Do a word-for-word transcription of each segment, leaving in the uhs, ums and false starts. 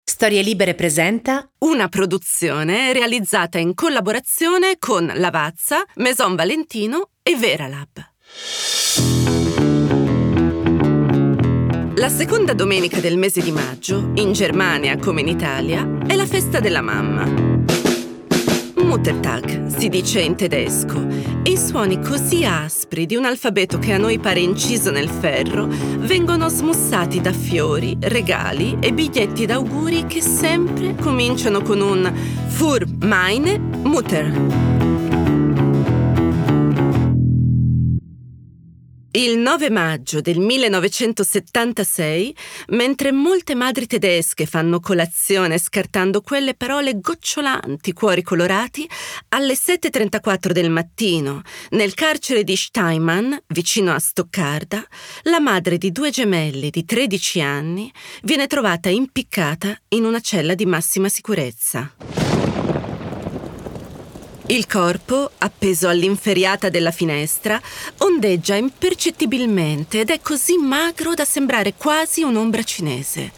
Storie Libere presenta una produzione realizzata in collaborazione con Lavazza, Maison Valentino e Veralab. La seconda domenica del mese di maggio, in Germania come in Italia, è la festa della mamma. Muttertag si dice in tedesco, e i suoni così aspri di un alfabeto che a noi pare inciso nel ferro vengono smussati da fiori, regali e biglietti d'auguri che sempre cominciano con un Für meine Mutter. Il nove maggio del millenovecentosettantasei, mentre molte madri tedesche fanno colazione scartando quelle parole gocciolanti, cuori colorati, alle sette e trentaquattro del mattino, nel carcere di Steinmann, vicino a Stoccarda, la madre di due gemelli di tredici anni viene trovata impiccata in una cella di massima sicurezza. Il corpo, appeso all'inferriata della finestra, ondeggia impercettibilmente ed è così magro da sembrare quasi un'ombra cinese.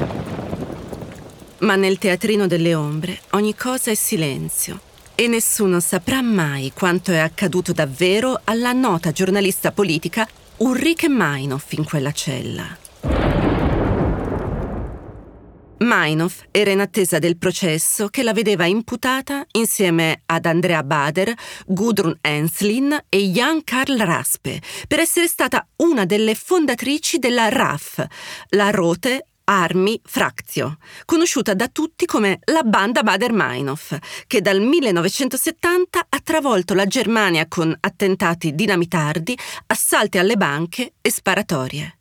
Ma nel teatrino delle ombre ogni cosa è silenzio e nessuno saprà mai quanto è accaduto davvero alla nota giornalista politica Ulrike Meinhof in quella cella. Meinhof era in attesa del processo che la vedeva imputata insieme ad Andrea Bader, Gudrun Ensslin e Jan Karl Raspe per essere stata una delle fondatrici della R A F, la Rote Army Fraktion, conosciuta da tutti come la banda Bader-Meinhof, che dal millenovecentosettanta ha travolto la Germania con attentati dinamitardi, assalti alle banche e sparatorie.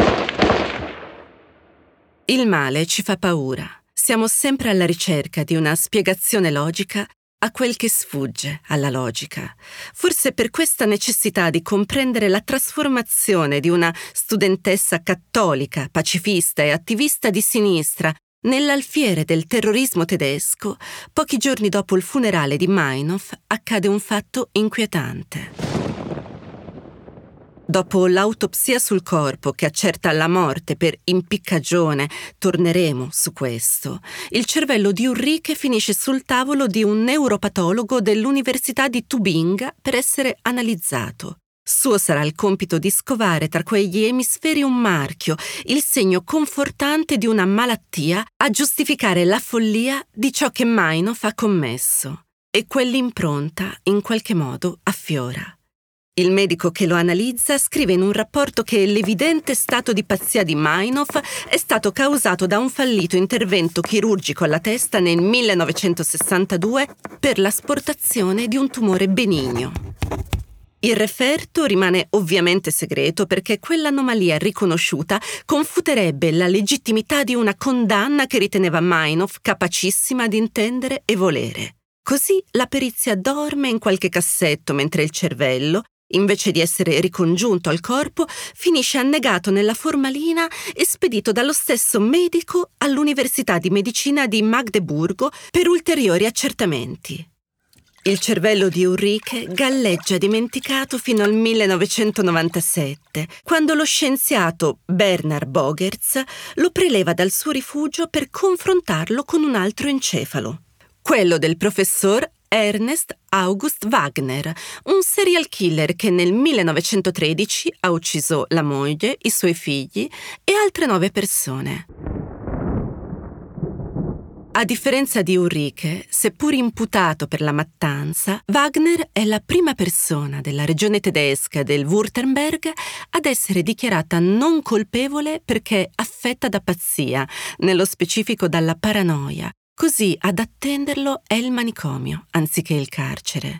Il male ci fa paura. Siamo sempre alla ricerca di una spiegazione logica a quel che sfugge alla logica. Forse per questa necessità di comprendere la trasformazione di una studentessa cattolica, pacifista e attivista di sinistra nell'alfiere del terrorismo tedesco, pochi giorni dopo il funerale di Meinhof accade un fatto inquietante. Dopo l'autopsia sul corpo che accerta la morte per impiccagione, torneremo su questo, il cervello di Ulrike finisce sul tavolo di un neuropatologo dell'Università di Tubinga per essere analizzato. Suo sarà il compito di scovare tra quegli emisferi un marchio, il segno confortante di una malattia a giustificare la follia di ciò che Meinhof ha commesso. E quell'impronta in qualche modo affiora. Il medico che lo analizza scrive in un rapporto che l'evidente stato di pazzia di Meinhof è stato causato da un fallito intervento chirurgico alla testa nel millenovecentosessantadue per l'asportazione di un tumore benigno. Il referto rimane ovviamente segreto perché quell'anomalia riconosciuta confuterebbe la legittimità di una condanna che riteneva Meinhof capacissima di intendere e volere. Così la perizia dorme in qualche cassetto mentre il cervello, invece di essere ricongiunto al corpo, finisce annegato nella formalina e spedito dallo stesso medico all'Università di Medicina di Magdeburgo per ulteriori accertamenti. Il cervello di Ulrike galleggia dimenticato fino al millenovecentonovantasette, quando lo scienziato Bernhard Bogertz lo preleva dal suo rifugio per confrontarlo con un altro encefalo, quello del professor Ernest August Wagner, un serial killer che nel millenovecentotredici ha ucciso la moglie, i suoi figli e altre nove persone. A differenza di Ulrike, seppur imputato per la mattanza, Wagner è la prima persona della regione tedesca del Württemberg ad essere dichiarata non colpevole perché affetta da pazzia, nello specifico dalla paranoia. Così ad attenderlo è il manicomio, anziché il carcere.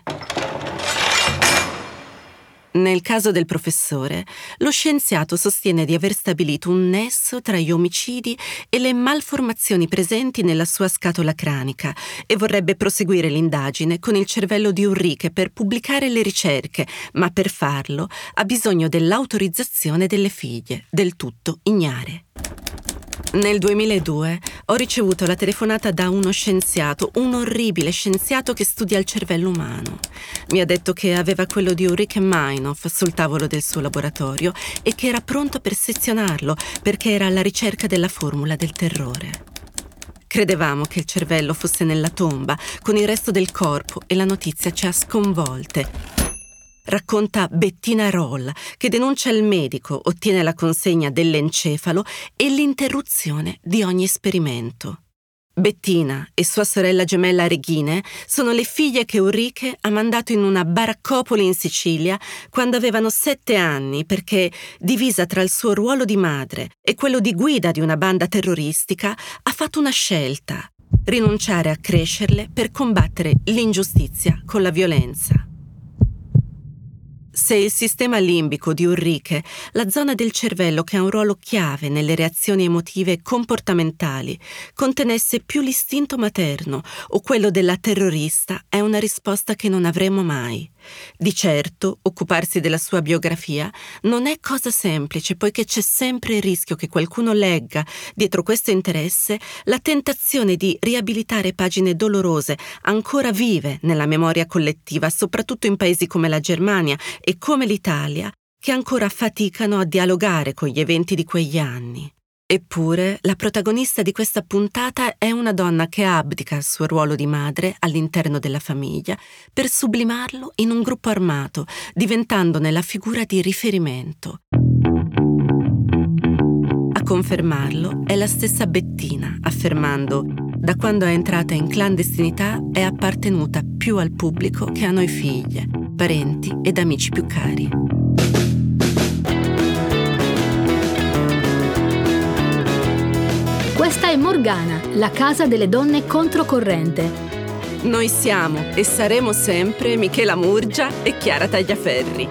Nel caso del professore, lo scienziato sostiene di aver stabilito un nesso tra gli omicidi e le malformazioni presenti nella sua scatola cranica e vorrebbe proseguire l'indagine con il cervello di Ulrike per pubblicare le ricerche, ma per farlo ha bisogno dell'autorizzazione delle figlie, del tutto ignare. Nel duemiladue ho ricevuto la telefonata da uno scienziato, un orribile scienziato che studia il cervello umano. Mi ha detto che aveva quello di Ulrike Meinhof sul tavolo del suo laboratorio e che era pronto per sezionarlo perché era alla ricerca della formula del terrore. Credevamo che il cervello fosse nella tomba, con il resto del corpo, e la notizia ci ha sconvolte. Racconta Bettina Roll, che denuncia il medico, ottiene la consegna dell'encefalo e l'interruzione di ogni esperimento. Bettina e sua sorella gemella Regine sono le figlie che Ulrike ha mandato in una baraccopoli in Sicilia quando avevano sette anni perché, divisa tra il suo ruolo di madre e quello di guida di una banda terroristica, ha fatto una scelta: rinunciare a crescerle per combattere l'ingiustizia con la violenza. Se il sistema limbico di Ulrike, la zona del cervello che ha un ruolo chiave nelle reazioni emotive e comportamentali, contenesse più l'istinto materno o quello della terrorista, è una risposta che non avremo mai. Di certo, occuparsi della sua biografia non è cosa semplice, poiché c'è sempre il rischio che qualcuno legga, dietro questo interesse, la tentazione di riabilitare pagine dolorose ancora vive nella memoria collettiva, soprattutto in paesi come la Germania e come l'Italia, che ancora faticano a dialogare con gli eventi di quegli anni. Eppure, la protagonista di questa puntata è una donna che abdica il suo ruolo di madre all'interno della famiglia per sublimarlo in un gruppo armato, diventandone la figura di riferimento. A confermarlo è la stessa Bettina, affermando: da quando è entrata in clandestinità è appartenuta più al pubblico che a noi figlie, parenti ed amici più cari. Questa è Morgana, la casa delle donne controcorrente. Noi siamo e saremo sempre Michela Murgia e Chiara Tagliaferri.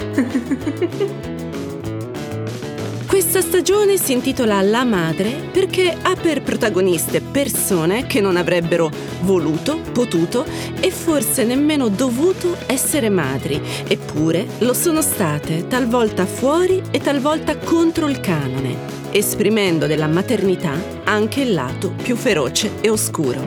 Questa stagione si intitola La Madre perché ha per protagoniste persone che non avrebbero voluto, potuto e forse nemmeno dovuto essere madri, eppure lo sono state, talvolta fuori e talvolta contro il canone, esprimendo della maternità anche il lato più feroce e oscuro.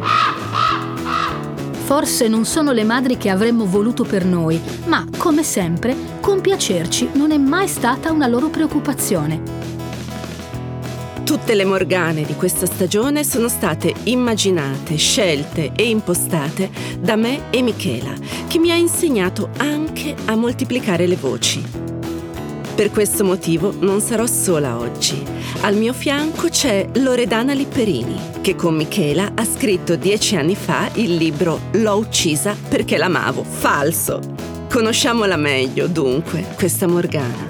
Forse non sono le madri che avremmo voluto per noi, ma, come sempre, compiacerci non è mai stata una loro preoccupazione. Tutte le Morgane di questa stagione sono state immaginate, scelte e impostate da me e Michela, che mi ha insegnato anche a moltiplicare le voci. Per questo motivo non sarò sola oggi. Al mio fianco c'è Loredana Lipperini, che con Michela ha scritto dieci anni fa il libro L'ho uccisa perché l'amavo. Falso! Conosciamola meglio, dunque, questa Morgana.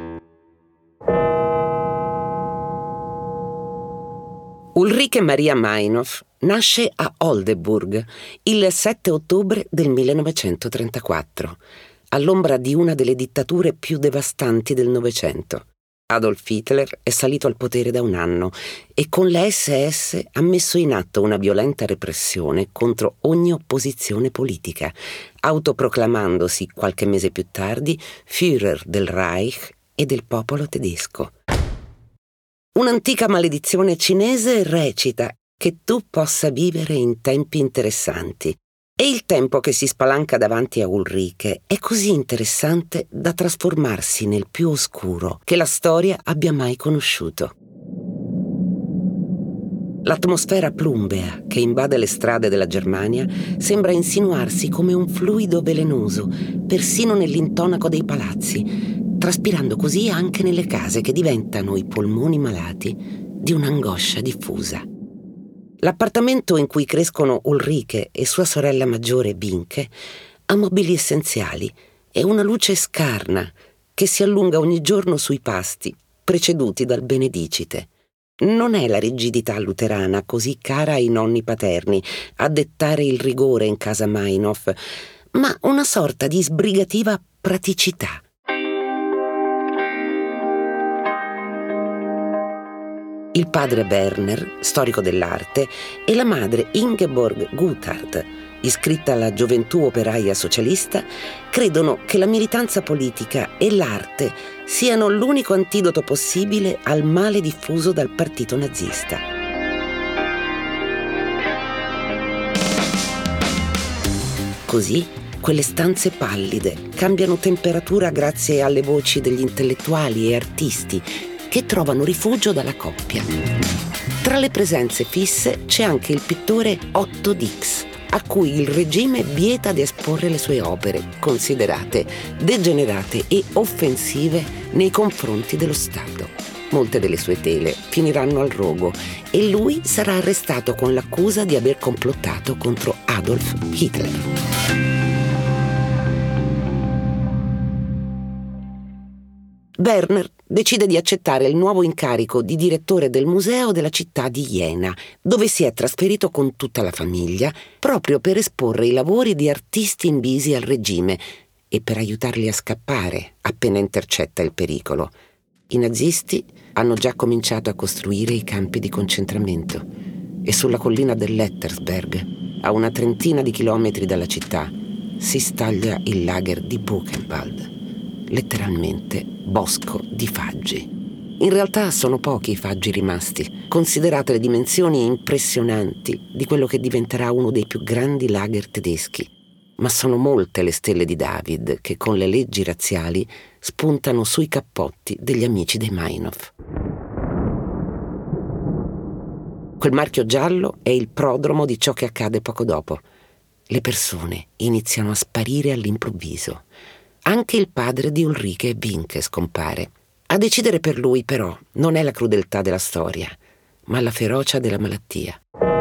Ulrike Maria Meinhof nasce a Oldenburg il sette ottobre del millenovecentotrentaquattro, all'ombra di una delle dittature più devastanti del Novecento. Adolf Hitler è salito al potere da un anno e con le esse esse ha messo in atto una violenta repressione contro ogni opposizione politica, autoproclamandosi qualche mese più tardi Führer del Reich e del popolo tedesco. Un'antica maledizione cinese recita che tu possa vivere in tempi interessanti. E il tempo che si spalanca davanti a Ulrike è così interessante da trasformarsi nel più oscuro che la storia abbia mai conosciuto. L'atmosfera plumbea che invade le strade della Germania sembra insinuarsi come un fluido velenoso, persino nell'intonaco dei palazzi, traspirando così anche nelle case che diventano i polmoni malati di un'angoscia diffusa. L'appartamento in cui crescono Ulrike e sua sorella maggiore Binke ha mobili essenziali e una luce scarna che si allunga ogni giorno sui pasti, preceduti dal Benedicite. Non è la rigidità luterana così cara ai nonni paterni a dettare il rigore in casa Meinhof, ma una sorta di sbrigativa praticità. Il padre Werner, storico dell'arte, e la madre Ingeborg Guthard, iscritta alla Gioventù Operaia Socialista, credono che la militanza politica e l'arte siano l'unico antidoto possibile al male diffuso dal partito nazista. Così, quelle stanze pallide cambiano temperatura grazie alle voci degli intellettuali e artisti che trovano rifugio dalla coppia. Tra le presenze fisse c'è anche il pittore Otto Dix, a cui il regime vieta di esporre le sue opere, considerate degenerate e offensive nei confronti dello Stato. Molte delle sue tele finiranno al rogo e lui sarà arrestato con l'accusa di aver complottato contro Adolf Hitler. Werner decide di accettare il nuovo incarico di direttore del museo della città di Jena, dove si è trasferito con tutta la famiglia, proprio per esporre i lavori di artisti invisi al regime e per aiutarli a scappare appena intercetta il pericolo. I nazisti hanno già cominciato a costruire i campi di concentramento e sulla collina dell'Ettersberg, a una trentina di chilometri dalla città, si staglia il lager di Buchenwald. Letteralmente bosco di faggi. In realtà sono pochi i faggi rimasti, considerate le dimensioni impressionanti di quello che diventerà uno dei più grandi lager tedeschi. Ma sono molte le stelle di David che con le leggi razziali spuntano sui cappotti degli amici dei Meinhof. Quel marchio giallo è il prodromo di ciò che accade poco dopo. Le persone iniziano a sparire all'improvviso. Anche il padre di Ulrike Winke scompare. A decidere per lui, però, non è la crudeltà della storia, ma la ferocia della malattia.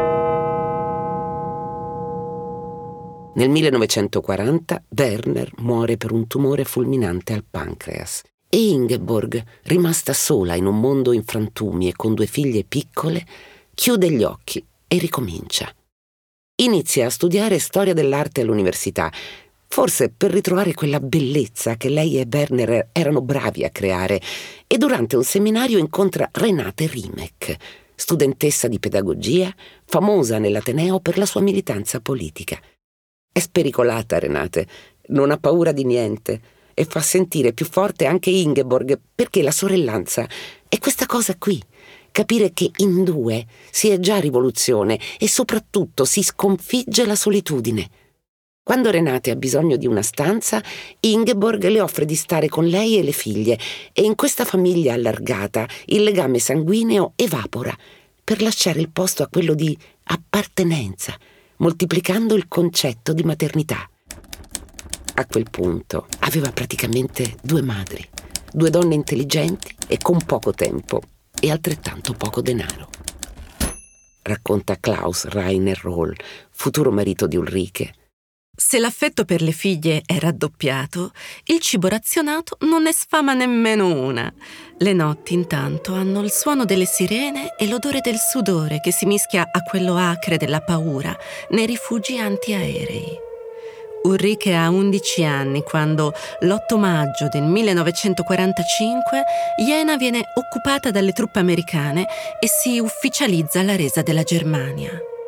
Nel millenovecentoquaranta Werner muore per un tumore fulminante al pancreas e Ingeborg, rimasta sola in un mondo in frantumi e con due figlie piccole, chiude gli occhi e ricomincia. Inizia a studiare storia dell'arte all'università, forse per ritrovare quella bellezza che lei e Werner erano bravi a creare, e durante un seminario incontra Renate Rimek, studentessa di pedagogia, famosa nell'Ateneo per la sua militanza politica. È spericolata Renate, non ha paura di niente e fa sentire più forte anche Ingeborg, perché la sorellanza è questa cosa qui, capire che in due si è già rivoluzione e soprattutto si sconfigge la solitudine. Quando Renate ha bisogno di una stanza, Ingeborg le offre di stare con lei e le figlie, e in questa famiglia allargata il legame sanguigno evapora per lasciare il posto a quello di appartenenza, moltiplicando il concetto di maternità. A quel punto aveva praticamente due madri, due donne intelligenti e con poco tempo e altrettanto poco denaro. Racconta Klaus Rainer Roll, futuro marito di Ulrike. Se l'affetto per le figlie è raddoppiato, il cibo razionato non ne sfama nemmeno una. Le notti, intanto, hanno il suono delle sirene e l'odore del sudore che si mischia a quello acre della paura nei rifugi antiaerei. Ulrike ha undici anni quando, l'otto maggio del millenovecentoquarantacinque, Jena viene occupata dalle truppe americane e si ufficializza la resa della Germania.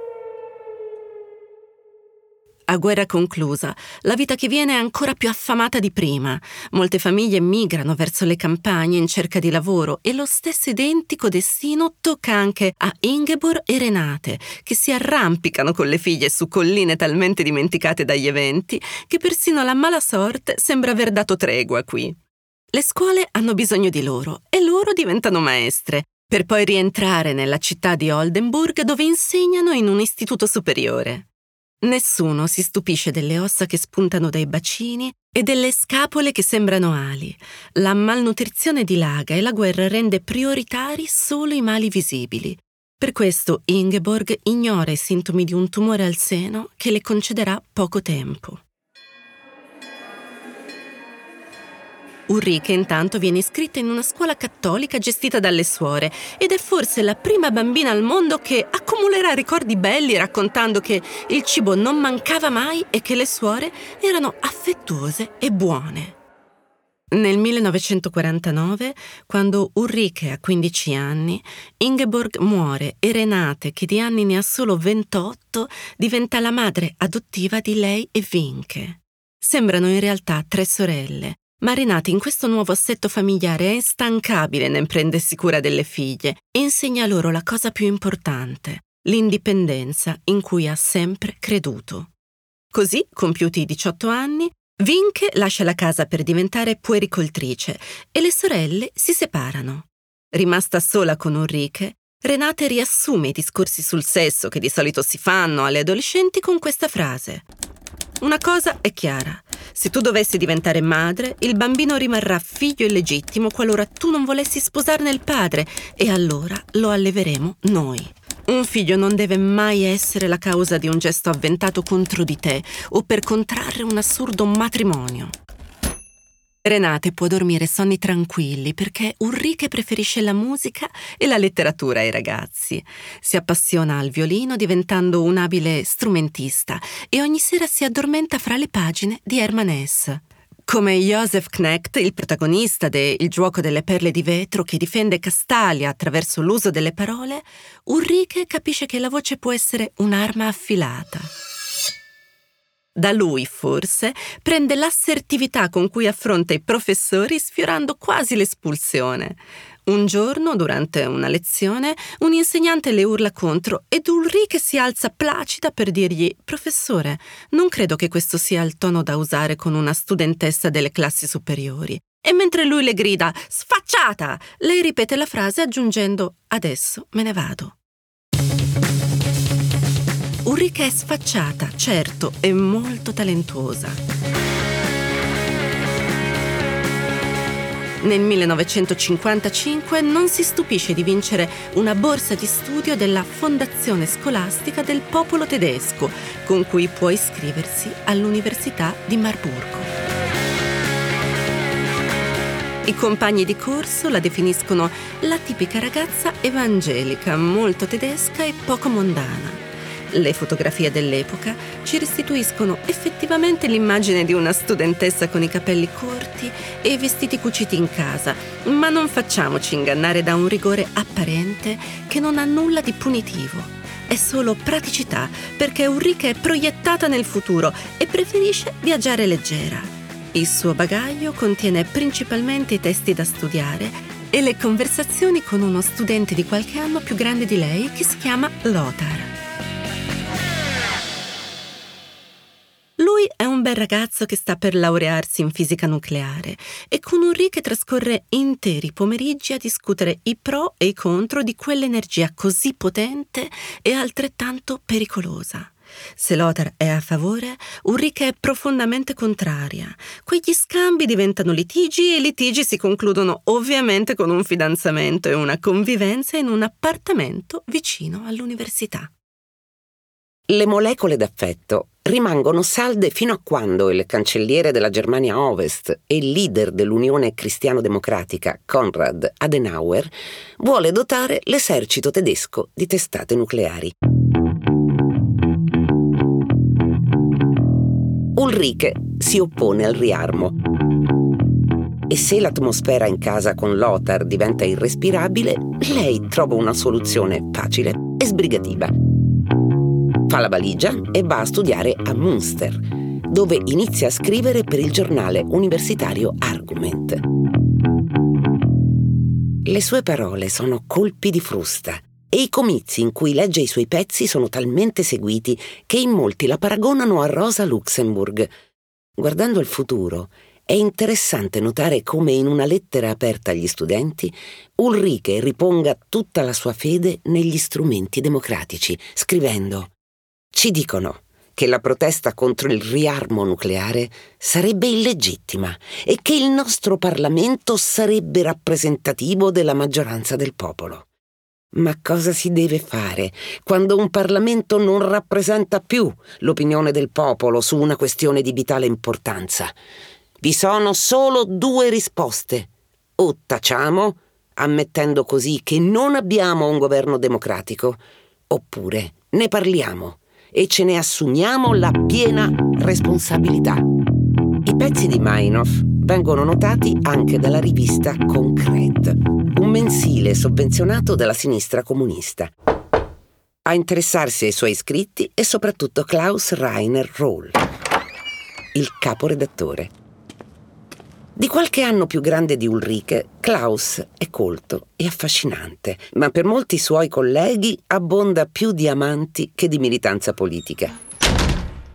A guerra conclusa, la vita che viene è ancora più affamata di prima. Molte famiglie migrano verso le campagne in cerca di lavoro e lo stesso identico destino tocca anche a Ingeborg e Renate, che si arrampicano con le figlie su colline talmente dimenticate dagli eventi che persino la mala sorte sembra aver dato tregua qui. Le scuole hanno bisogno di loro e loro diventano maestre, per poi rientrare nella città di Oldenburg dove insegnano in un istituto superiore. Nessuno si stupisce delle ossa che spuntano dai bacini e delle scapole che sembrano ali. La malnutrizione dilaga e la guerra rende prioritari solo i mali visibili. Per questo Ingeborg ignora i sintomi di un tumore al seno che le concederà poco tempo. Ulrike intanto viene iscritta in una scuola cattolica gestita dalle suore ed è forse la prima bambina al mondo che accumulerà ricordi belli raccontando che il cibo non mancava mai e che le suore erano affettuose e buone. Nel millenovecentoquarantanove, quando Ulrike ha quindici anni, Ingeborg muore e Renate, che di anni ne ha solo ventotto, diventa la madre adottiva di lei e Winke. Sembrano in realtà tre sorelle, ma Renate in questo nuovo assetto familiare è instancabile nel prendersi cura delle figlie e insegna loro la cosa più importante, l'indipendenza in cui ha sempre creduto. Così, compiuti i diciotto anni, Winke lascia la casa per diventare puericoltrice e le sorelle si separano. Rimasta sola con Ulrike, Renate riassume i discorsi sul sesso che di solito si fanno alle adolescenti con questa frase. Una cosa è chiara. Se tu dovessi diventare madre, il bambino rimarrà figlio illegittimo qualora tu non volessi sposarne il padre e allora lo alleveremo noi. Un figlio non deve mai essere la causa di un gesto avventato contro di te o per contrarre un assurdo matrimonio. Renate può dormire sonni tranquilli perché Ulrike preferisce la musica e la letteratura ai ragazzi. Si appassiona al violino diventando un abile strumentista e ogni sera si addormenta fra le pagine di Hermann Hesse. Come Joseph Knecht, il protagonista de Il gioco delle perle di vetro che difende Castalia attraverso l'uso delle parole, Ulrike capisce che la voce può essere un'arma affilata. Da lui, forse, prende l'assertività con cui affronta i professori sfiorando quasi l'espulsione. Un giorno, durante una lezione, un insegnante le urla contro ed Ulrike si alza placida per dirgli «Professore, non credo che questo sia il tono da usare con una studentessa delle classi superiori». E mentre lui le grida «Sfacciata!», lei ripete la frase aggiungendo «Adesso me ne vado». Ulrike è sfacciata, certo, e molto talentuosa. Nel millenovecentocinquantacinque non si stupisce di vincere una borsa di studio della Fondazione Scolastica del Popolo Tedesco, con cui può iscriversi all'Università di Marburgo. I compagni di corso la definiscono la tipica ragazza evangelica, molto tedesca e poco mondana. Le fotografie dell'epoca ci restituiscono effettivamente l'immagine di una studentessa con i capelli corti e i vestiti cuciti in casa, ma non facciamoci ingannare da un rigore apparente che non ha nulla di punitivo. È solo praticità, perché Ulrike è proiettata nel futuro e preferisce viaggiare leggera. Il suo bagaglio contiene principalmente i testi da studiare e le conversazioni con uno studente di qualche anno più grande di lei che si chiama Lothar. Lui è un bel ragazzo che sta per laurearsi in fisica nucleare e con Ulrike trascorre interi pomeriggi a discutere i pro e i contro di quell'energia così potente e altrettanto pericolosa. Se Lothar è a favore, Ulrike è profondamente contraria. Quegli scambi diventano litigi e i litigi si concludono ovviamente con un fidanzamento e una convivenza in un appartamento vicino all'università. Le molecole d'affetto rimangono salde fino a quando il cancelliere della Germania Ovest e il leader dell'Unione Cristiano-Democratica, Konrad Adenauer, vuole dotare l'esercito tedesco di testate nucleari. Ulrike si oppone al riarmo. E se l'atmosfera in casa con Lothar diventa irrespirabile, lei trova una soluzione facile e sbrigativa. Fa la valigia e va a studiare a Münster, dove inizia a scrivere per il giornale universitario Argument. Le sue parole sono colpi di frusta e i comizi in cui legge i suoi pezzi sono talmente seguiti che in molti la paragonano a Rosa Luxemburg. Guardando il futuro, è interessante notare come in una lettera aperta agli studenti Ulrike riponga tutta la sua fede negli strumenti democratici, scrivendo: «Ci dicono che la protesta contro il riarmo nucleare sarebbe illegittima e che il nostro Parlamento sarebbe rappresentativo della maggioranza del popolo. Ma cosa si deve fare quando un Parlamento non rappresenta più l'opinione del popolo su una questione di vitale importanza? Vi sono solo due risposte. O tacciamo, ammettendo così che non abbiamo un governo democratico, oppure ne parliamo e ce ne assumiamo la piena responsabilità». I pezzi di Meinhof vengono notati anche dalla rivista Concret, un mensile sovvenzionato dalla sinistra comunista. A interessarsi ai suoi scritti è soprattutto Klaus Rainer Rohl, il caporedattore. Di qualche anno più grande di Ulrike, Klaus è colto e affascinante, ma per molti suoi colleghi abbonda più di amanti che di militanza politica.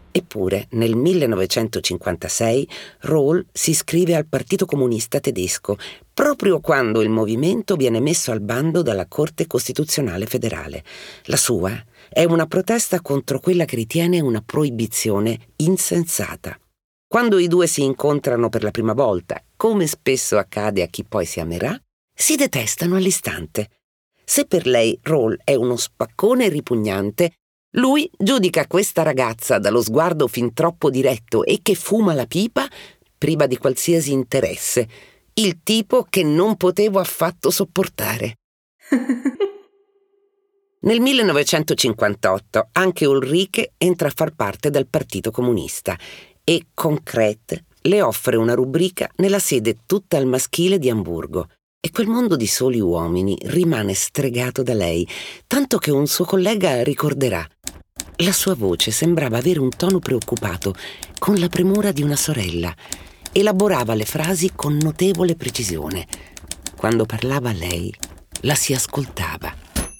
Eppure, nel millenovecentocinquantasei, Rohl si iscrive al Partito Comunista Tedesco, proprio quando il movimento viene messo al bando dalla Corte Costituzionale Federale. La sua è una protesta contro quella che ritiene una proibizione insensata. Quando i due si incontrano per la prima volta, come spesso accade a chi poi si amerà, si detestano all'istante. Se per lei Rohl è uno spaccone ripugnante, lui giudica questa ragazza dallo sguardo fin troppo diretto e che fuma la pipa priva di qualsiasi interesse, il tipo che non potevo affatto sopportare. Nel millenovecentocinquantotto anche Ulrike entra a far parte del Partito Comunista e Konkret le offre una rubrica nella sede tutta al maschile di Amburgo. E quel mondo di soli uomini rimane stregato da lei, tanto che un suo collega ricorderà. La sua voce sembrava avere un tono preoccupato, con la premura di una sorella. Elaborava le frasi con notevole precisione. Quando parlava lei, la si ascoltava.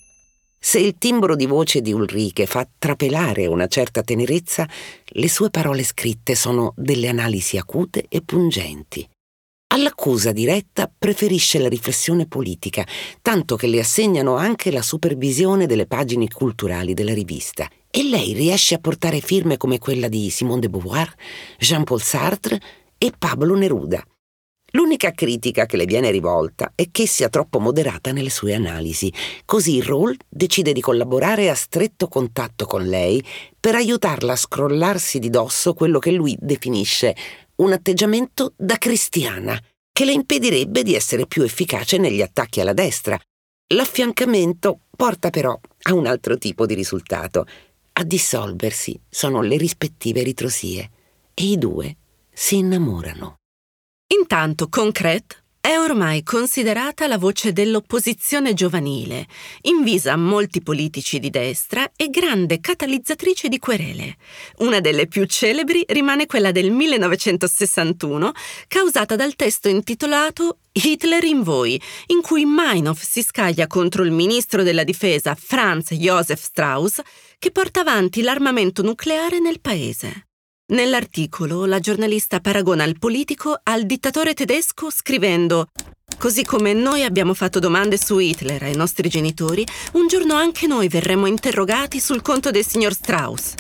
Se il timbro di voce di Ulrike fa trapelare una certa tenerezza, le sue parole scritte sono delle analisi acute e pungenti. All'accusa diretta preferisce la riflessione politica, tanto che le assegnano anche la supervisione delle pagine culturali della rivista. E lei riesce a portare firme come quella di Simone de Beauvoir, Jean-Paul Sartre e Pablo Neruda. L'unica critica che le viene rivolta è che sia troppo moderata nelle sue analisi. Così Rohl decide di collaborare a stretto contatto con lei per aiutarla a scrollarsi di dosso quello che lui definisce un atteggiamento da cristiana, che le impedirebbe di essere più efficace negli attacchi alla destra. L'affiancamento porta però a un altro tipo di risultato. A dissolversi sono le rispettive ritrosie e i due si innamorano. Intanto Konkret è ormai considerata la voce dell'opposizione giovanile, invisa a molti politici di destra e grande catalizzatrice di querele. Una delle più celebri rimane quella del millenovecentosessantuno, causata dal testo intitolato Hitler in voi, in cui Meinhof si scaglia contro il ministro della difesa Franz Josef Strauss, che porta avanti l'armamento nucleare nel paese. Nell'articolo la giornalista paragona il politico al dittatore tedesco scrivendo: così come noi abbiamo fatto domande su Hitler ai nostri genitori, un giorno anche noi verremo interrogati sul conto del signor Strauss.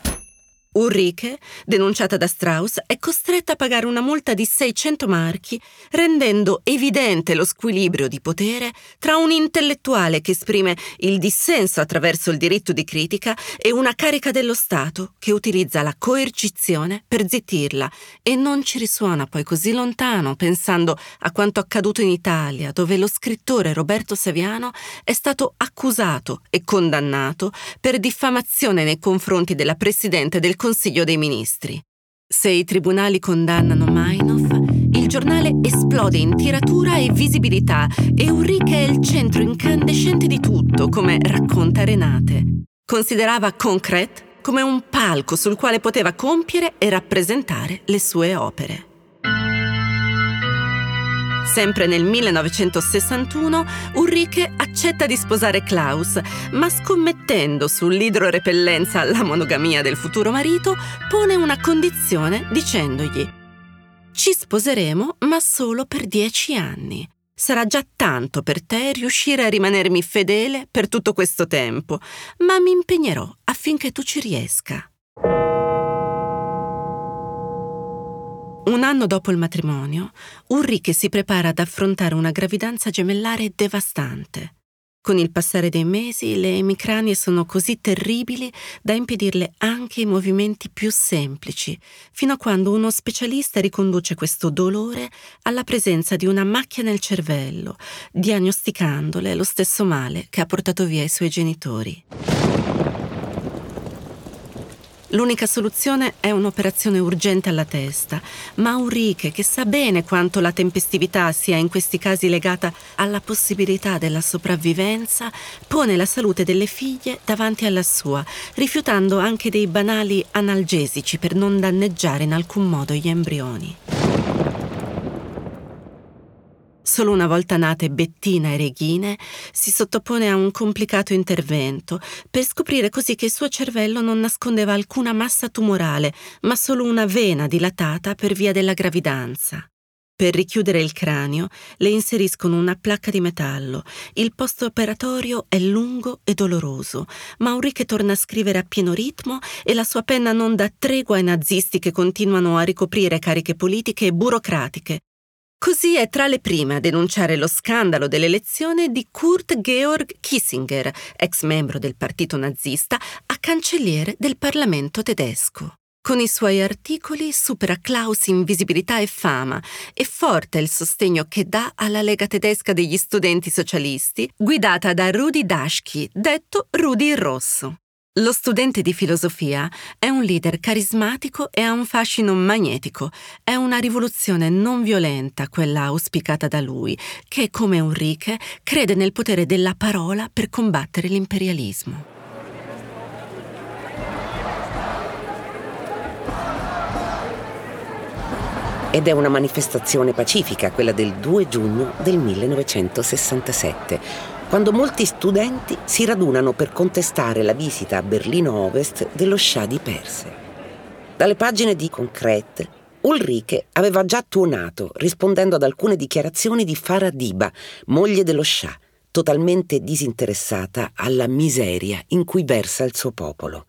Ulrike, denunciata da Strauss, è costretta a pagare una multa di seicento marchi, rendendo evidente lo squilibrio di potere tra un intellettuale che esprime il dissenso attraverso il diritto di critica e una carica dello Stato che utilizza la coercizione per zittirla. E non ci risuona poi così lontano pensando a quanto accaduto in Italia, dove lo scrittore Roberto Saviano è stato accusato e condannato per diffamazione nei confronti della Presidente del Consiglio dei Ministri. Se i tribunali condannano Meinhof, il giornale esplode in tiratura e visibilità e Ulrike è il centro incandescente di tutto, come racconta Renate. Considerava Konkret come un palco sul quale poteva compiere e rappresentare le sue opere. Sempre nel millenovecentosessantuno, Ulrike accetta di sposare Klaus, ma scommettendo sull'idrorepellenza alla monogamia del futuro marito, pone una condizione dicendogli: «Ci sposeremo, ma solo per dieci anni. Sarà già tanto per te riuscire a rimanermi fedele per tutto questo tempo, ma mi impegnerò affinché tu ci riesca». Un anno dopo il matrimonio, Ulrike si prepara ad affrontare una gravidanza gemellare devastante. Con il passare dei mesi, le emicranie sono così terribili da impedirle anche i movimenti più semplici, fino a quando uno specialista riconduce questo dolore alla presenza di una macchia nel cervello, diagnosticandole lo stesso male che ha portato via i suoi genitori. L'unica soluzione è un'operazione urgente alla testa, ma Ulrike, che sa bene quanto la tempestività sia in questi casi legata alla possibilità della sopravvivenza, pone la salute delle figlie davanti alla sua, rifiutando anche dei banali analgesici per non danneggiare in alcun modo gli embrioni. Solo una volta nate Bettina e Regine, si sottopone a un complicato intervento per scoprire così che il suo cervello non nascondeva alcuna massa tumorale, ma solo una vena dilatata per via della gravidanza. Per richiudere il cranio le inseriscono una placca di metallo. Il post-operatorio è lungo e doloroso, ma Ulrike torna a scrivere a pieno ritmo e la sua penna non dà tregua ai nazisti che continuano a ricoprire cariche politiche e burocratiche. Così è tra le prime a denunciare lo scandalo dell'elezione di Kurt Georg Kissinger, ex membro del partito nazista, a cancelliere del Parlamento tedesco. Con i suoi articoli supera Klaus in visibilità e fama e forte è il sostegno che dà alla Lega tedesca degli studenti socialisti, guidata da Rudi Dashki, detto Rudi il Rosso. Lo studente di filosofia è un leader carismatico e ha un fascino magnetico. È una rivoluzione non violenta quella auspicata da lui, che, come Ulrike, crede nel potere della parola per combattere l'imperialismo. Ed è una manifestazione pacifica, quella del due giugno del millenovecentosessantasette, quando molti studenti si radunano per contestare la visita a Berlino Ovest dello scià di Perse. Dalle pagine di Concrete, Ulrike aveva già tuonato rispondendo ad alcune dichiarazioni di Farah Diba, moglie dello scià, totalmente disinteressata alla miseria in cui versa il suo popolo.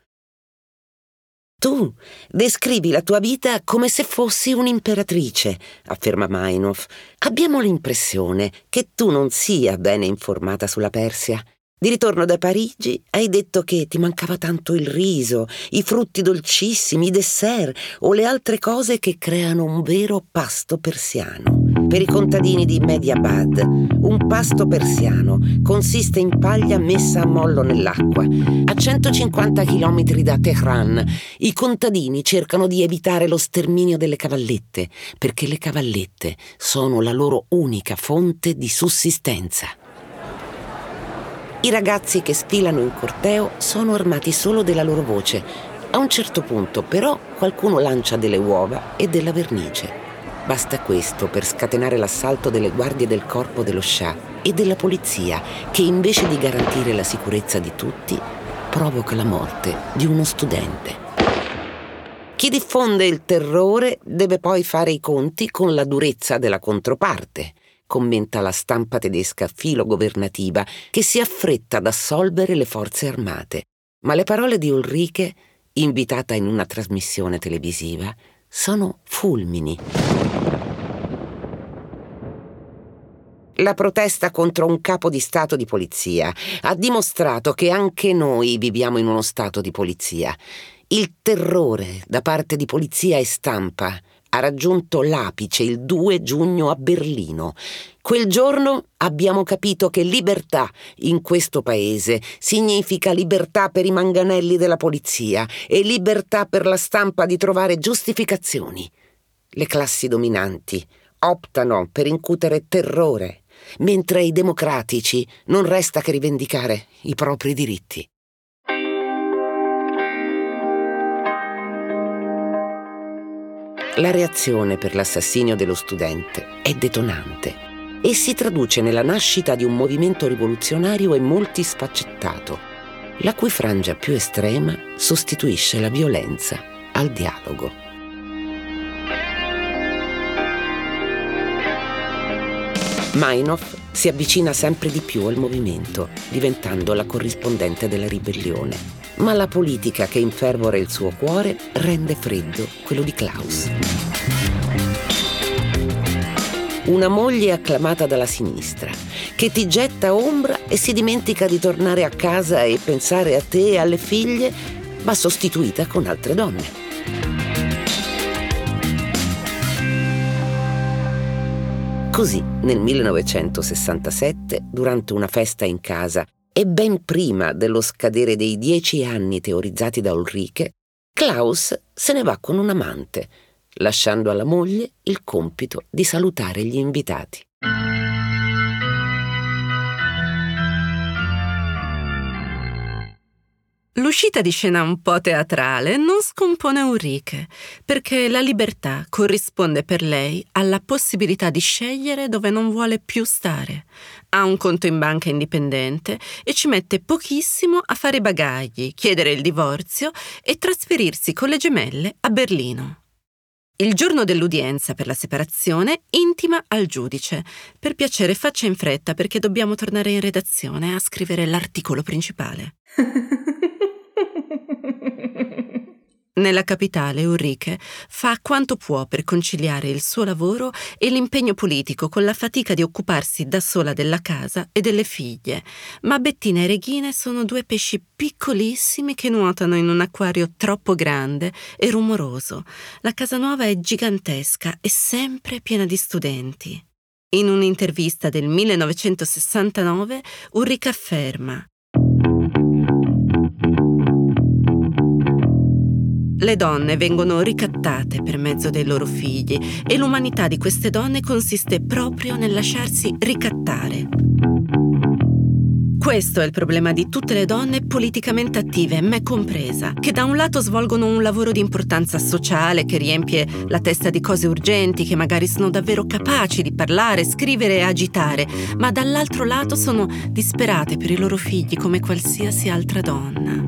Tu descrivi la tua vita come se fossi un'imperatrice, afferma Meinhof. Abbiamo l'impressione che tu non sia bene informata sulla Persia. Di ritorno da Parigi hai detto che ti mancava tanto il riso, i frutti dolcissimi, i dessert o le altre cose che creano un vero pasto persiano. Per i contadini di Mediabad, un pasto persiano consiste in paglia messa a mollo nell'acqua. A centocinquanta chilometri da Teheran, i contadini cercano di evitare lo sterminio delle cavallette, perché le cavallette sono la loro unica fonte di sussistenza. I ragazzi che sfilano in corteo sono armati solo della loro voce. A un certo punto, però, qualcuno lancia delle uova e della vernice. Basta questo per scatenare l'assalto delle guardie del corpo dello scià e della polizia, che invece di garantire la sicurezza di tutti, provoca la morte di uno studente. Chi diffonde il terrore deve poi fare i conti con la durezza della controparte, commenta la stampa tedesca filogovernativa, che si affretta ad assolvere le forze armate. Ma le parole di Ulrike, invitata in una trasmissione televisiva, sono fulmini. La protesta contro un capo di stato di polizia ha dimostrato che anche noi viviamo in uno stato di polizia. Il terrore da parte di polizia e stampa ha raggiunto l'apice il due giugno a Berlino. Quel giorno abbiamo capito che libertà in questo paese significa libertà per i manganelli della polizia e libertà per la stampa di trovare giustificazioni. Le classi dominanti optano per incutere terrore, mentre ai democratici non resta che rivendicare i propri diritti. La reazione per l'assassinio dello studente è detonante e si traduce nella nascita di un movimento rivoluzionario e multisfaccettato, la cui frangia più estrema sostituisce la violenza al dialogo. Meinhof si avvicina sempre di più al movimento, diventando la corrispondente della ribellione. Ma la politica che infervora il suo cuore rende freddo quello di Klaus. Una moglie acclamata dalla sinistra, che ti getta ombra e si dimentica di tornare a casa e pensare a te e alle figlie, ma sostituita con altre donne. Così, nel millenovecentosessantasette, durante una festa in casa, e ben prima dello scadere dei dieci anni teorizzati da Ulrike, Klaus se ne va con un amante, lasciando alla moglie il compito di salutare gli invitati. L'uscita di scena un po' teatrale non scompone Ulrike, perché la libertà corrisponde per lei alla possibilità di scegliere dove non vuole più stare. Ha un conto in banca indipendente e ci mette pochissimo a fare i bagagli, chiedere il divorzio e trasferirsi con le gemelle a Berlino. Il giorno dell'udienza per la separazione intima al giudice: per piacere faccia in fretta perché dobbiamo tornare in redazione a scrivere l'articolo principale. Nella capitale, Ulrike fa quanto può per conciliare il suo lavoro e l'impegno politico con la fatica di occuparsi da sola della casa e delle figlie. Ma Bettina e Regine sono due pesci piccolissimi che nuotano in un acquario troppo grande e rumoroso. La casa nuova è gigantesca e sempre piena di studenti. In un'intervista del millenovecentosessantanove, Ulrike afferma: le donne vengono ricattate per mezzo dei loro figli e l'umanità di queste donne consiste proprio nel lasciarsi ricattare. Questo è il problema di tutte le donne politicamente attive, me compresa, che da un lato svolgono un lavoro di importanza sociale che riempie la testa di cose urgenti, che magari sono davvero capaci di parlare, scrivere e agitare, ma dall'altro lato sono disperate per i loro figli come qualsiasi altra donna.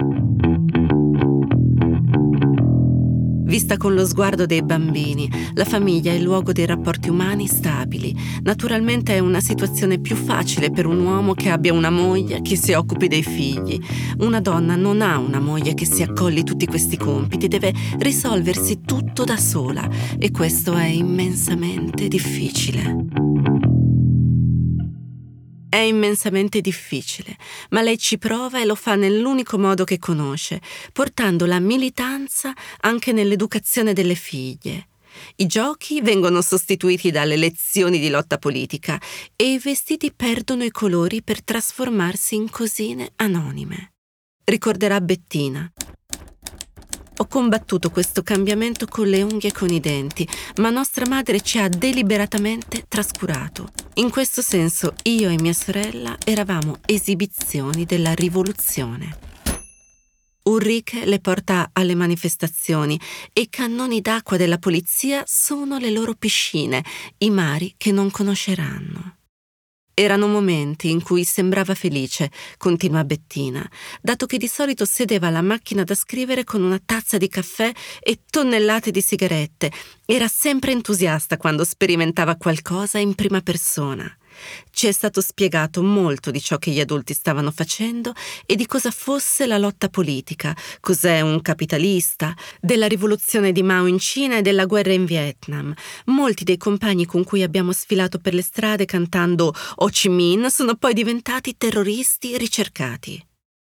Vista con lo sguardo dei bambini, la famiglia è il luogo dei rapporti umani stabili. Naturalmente è una situazione più facile per un uomo che abbia una moglie che si occupi dei figli. Una donna non ha una moglie che si accolli tutti questi compiti, deve risolversi tutto da sola e questo è immensamente difficile. È immensamente difficile, ma lei ci prova e lo fa nell'unico modo che conosce, portando la militanza anche nell'educazione delle figlie. I giochi vengono sostituiti dalle lezioni di lotta politica e i vestiti perdono i colori per trasformarsi in cosine anonime. Ricorderà Bettina: ho combattuto questo cambiamento con le unghie e con i denti, ma nostra madre ci ha deliberatamente trascurato. In questo senso io e mia sorella eravamo esibizioni della rivoluzione. Ulrike le porta alle manifestazioni e i cannoni d'acqua della polizia sono le loro piscine, i mari che non conosceranno. Erano momenti in cui sembrava felice, continua Bettina, dato che di solito sedeva alla macchina da scrivere con una tazza di caffè e tonnellate di sigarette. Era sempre entusiasta quando sperimentava qualcosa in prima persona. Ci è stato spiegato molto di ciò che gli adulti stavano facendo e di cosa fosse la lotta politica, cos'è un capitalista, della rivoluzione di Mao in Cina e della guerra in Vietnam. Molti dei compagni con cui abbiamo sfilato per le strade cantando Ho Chi Minh sono poi diventati terroristi ricercati.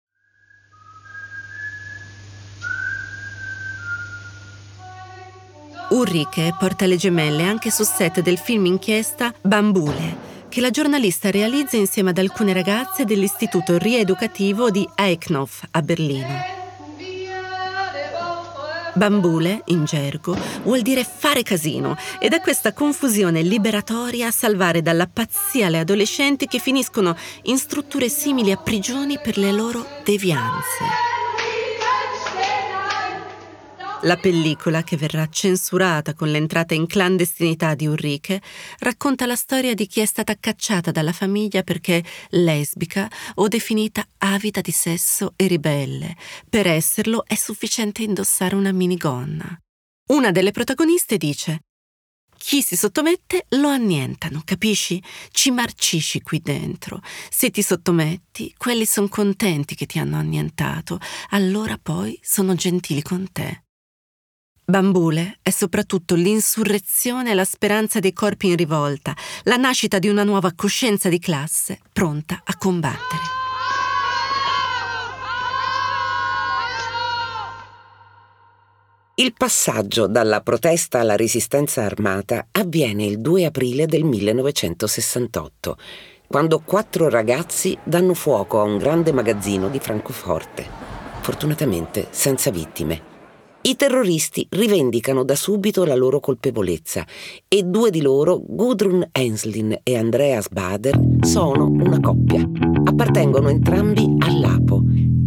Ulrike porta le gemelle anche sul set del film inchiesta Bambule, che la giornalista realizza insieme ad alcune ragazze dell'istituto rieducativo di Eikhof a Berlino. Bambule, in gergo, vuol dire fare casino ed è questa confusione liberatoria a salvare dalla pazzia le adolescenti che finiscono in strutture simili a prigioni per le loro devianze. La pellicola, che verrà censurata con l'entrata in clandestinità di Ulrike, racconta la storia di chi è stata cacciata dalla famiglia perché lesbica o definita avida di sesso e ribelle. Per esserlo è sufficiente indossare una minigonna. Una delle protagoniste dice: chi si sottomette lo annientano, capisci? Ci marcisci qui dentro. Se ti sottometti, quelli sono contenti che ti hanno annientato, allora poi sono gentili con te. Bambule è soprattutto l'insurrezione e la speranza dei corpi in rivolta, la nascita di una nuova coscienza di classe pronta a combattere. Il passaggio dalla protesta alla resistenza armata avviene il due aprile del millenovecentosessantotto, quando quattro ragazzi danno fuoco a un grande magazzino di Francoforte, fortunatamente senza vittime. I terroristi rivendicano da subito la loro colpevolezza e due di loro, Gudrun Enslin e Andreas Bader, sono una coppia. Appartengono entrambi all'A P O,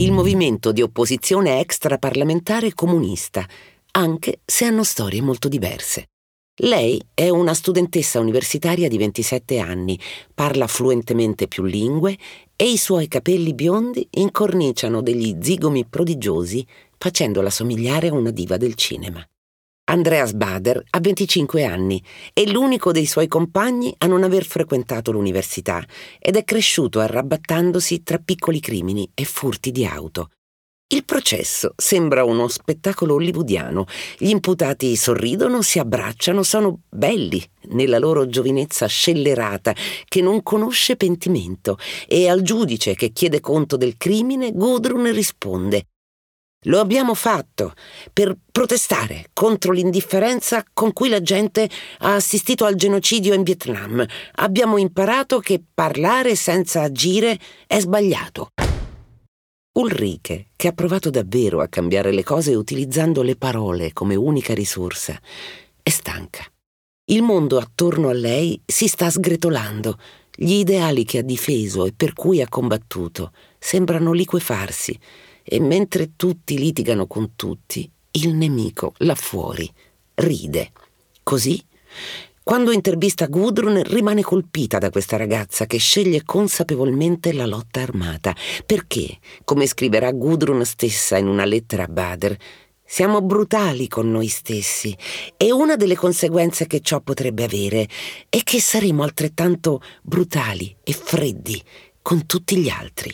il movimento di opposizione extraparlamentare comunista, anche se hanno storie molto diverse. Lei è una studentessa universitaria di ventisette anni, parla fluentemente più lingue e i suoi capelli biondi incorniciano degli zigomi prodigiosi, facendola somigliare a una diva del cinema. Andreas Bader ha venticinque anni, è l'unico dei suoi compagni a non aver frequentato l'università ed è cresciuto arrabattandosi tra piccoli crimini e furti di auto. Il processo sembra uno spettacolo hollywoodiano. Gli imputati sorridono, si abbracciano, sono belli nella loro giovinezza scellerata che non conosce pentimento, e al giudice che chiede conto del crimine Gudrun risponde: «Lo abbiamo fatto per protestare contro l'indifferenza con cui la gente ha assistito al genocidio in Vietnam. Abbiamo imparato che parlare senza agire è sbagliato». Ulrike, che ha provato davvero a cambiare le cose utilizzando le parole come unica risorsa, è stanca. Il mondo attorno a lei si sta sgretolando. Gli ideali che ha difeso e per cui ha combattuto sembrano liquefarsi, e mentre tutti litigano con tutti, il nemico là fuori ride. Così, quando intervista Gudrun, rimane colpita da questa ragazza che sceglie consapevolmente la lotta armata, perché, come scriverà Gudrun stessa in una lettera a Bader, siamo brutali con noi stessi, e una delle conseguenze che ciò potrebbe avere è che saremo altrettanto brutali e freddi con tutti gli altri.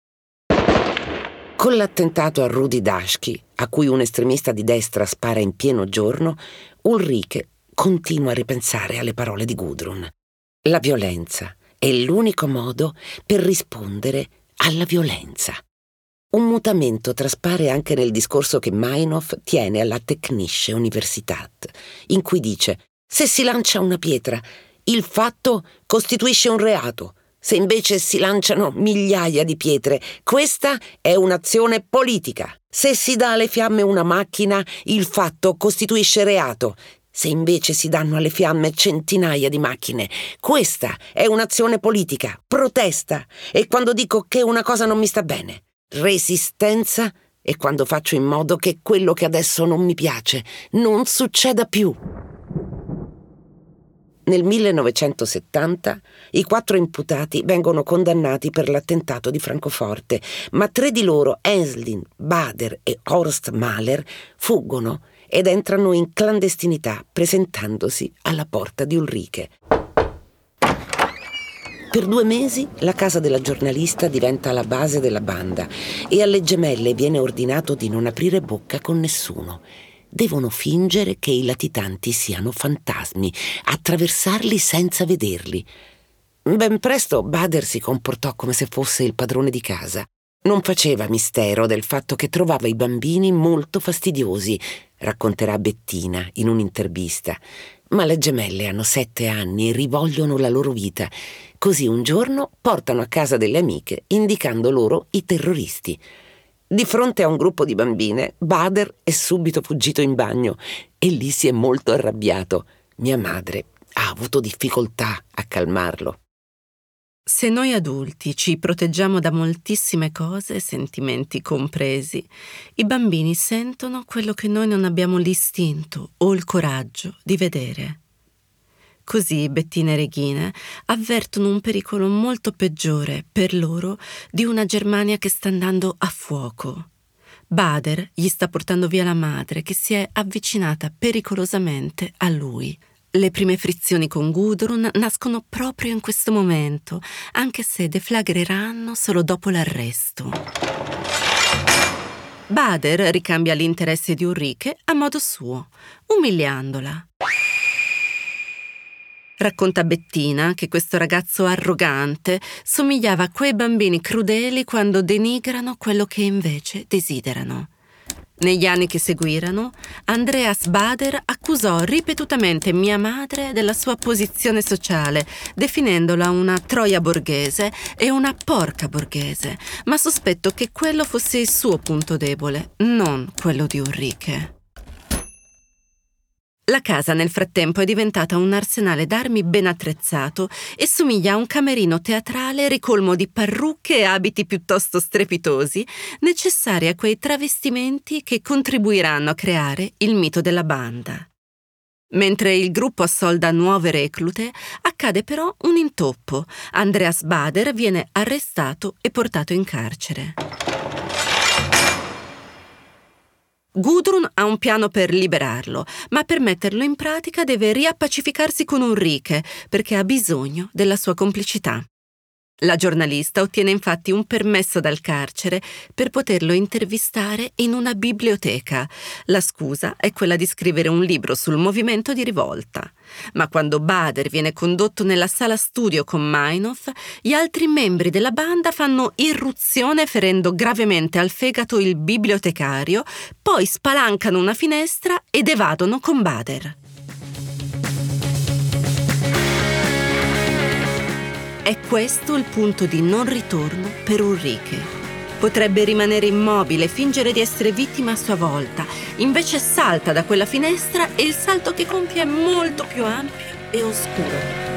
Con l'attentato a Rudi Dashki, a cui un estremista di destra spara in pieno giorno, Ulrike continua a ripensare alle parole di Gudrun. La violenza è l'unico modo per rispondere alla violenza. Un mutamento traspare anche nel discorso che Meinhof tiene alla Technische Universität, in cui dice: «Se si lancia una pietra, il fatto costituisce un reato. Se invece si lanciano migliaia di pietre, questa è un'azione politica. Se si dà alle fiamme una macchina, il fatto costituisce reato. Se invece si danno alle fiamme centinaia di macchine, questa è un'azione politica, protesta. E quando dico che una cosa non mi sta bene, resistenza è quando faccio in modo che quello che adesso non mi piace non succeda più». Nel millenovecentosettanta i quattro imputati vengono condannati per l'attentato di Francoforte, ma tre di loro, Enslin, Bader e Horst Mahler, fuggono ed entrano in clandestinità presentandosi alla porta di Ulrike. Per due mesi la casa della giornalista diventa la base della banda e alle gemelle viene ordinato di non aprire bocca con nessuno. Devono fingere che i latitanti siano fantasmi, attraversarli senza vederli. Ben presto Bader si comportò come se fosse il padrone di casa. Non faceva mistero del fatto che trovava i bambini molto fastidiosi, racconterà Bettina in un'intervista. Ma le gemelle hanno sette anni e rivogliono la loro vita. Così un giorno portano a casa delle amiche, indicando loro i terroristi. Di fronte a un gruppo di bambine, Bader è subito fuggito in bagno e lì si è molto arrabbiato. Mia madre ha avuto difficoltà a calmarlo. Se noi adulti ci proteggiamo da moltissime cose, sentimenti compresi, i bambini sentono quello che noi non abbiamo l'istinto o il coraggio di vedere. Così Bettina e Regina avvertono un pericolo molto peggiore per loro di una Germania che sta andando a fuoco. Bader gli sta portando via la madre, che si è avvicinata pericolosamente a lui. Le prime frizioni con Gudrun nascono proprio in questo momento, anche se deflagreranno solo dopo l'arresto. Bader ricambia l'interesse di Ulrike a modo suo, umiliandola. Racconta Bettina che questo ragazzo arrogante somigliava a quei bambini crudeli quando denigrano quello che invece desiderano. Negli anni che seguirono, Andreas Bader accusò ripetutamente mia madre della sua posizione sociale, definendola una troia borghese e una porca borghese, ma sospetto che quello fosse il suo punto debole, non quello di Ulrike. La casa nel frattempo è diventata un arsenale d'armi ben attrezzato e somiglia a un camerino teatrale ricolmo di parrucche e abiti piuttosto strepitosi, necessari a quei travestimenti che contribuiranno a creare il mito della banda. Mentre il gruppo assolda nuove reclute, accade però un intoppo. Andreas Baader viene arrestato e portato in carcere. Gudrun ha un piano per liberarlo, ma per metterlo in pratica deve riappacificarsi con Ulrike perché ha bisogno della sua complicità. La giornalista ottiene infatti un permesso dal carcere per poterlo intervistare in una biblioteca. La scusa è quella di scrivere un libro sul movimento di rivolta. Ma quando Baader viene condotto nella sala studio con Meinhof, gli altri membri della banda fanno irruzione ferendo gravemente al fegato il bibliotecario, poi spalancano una finestra ed evadono con Baader. È questo il punto di non ritorno per Ulrike. Potrebbe rimanere immobile, fingere di essere vittima a sua volta. Invece salta da quella finestra e il salto che compie è molto più ampio e oscuro.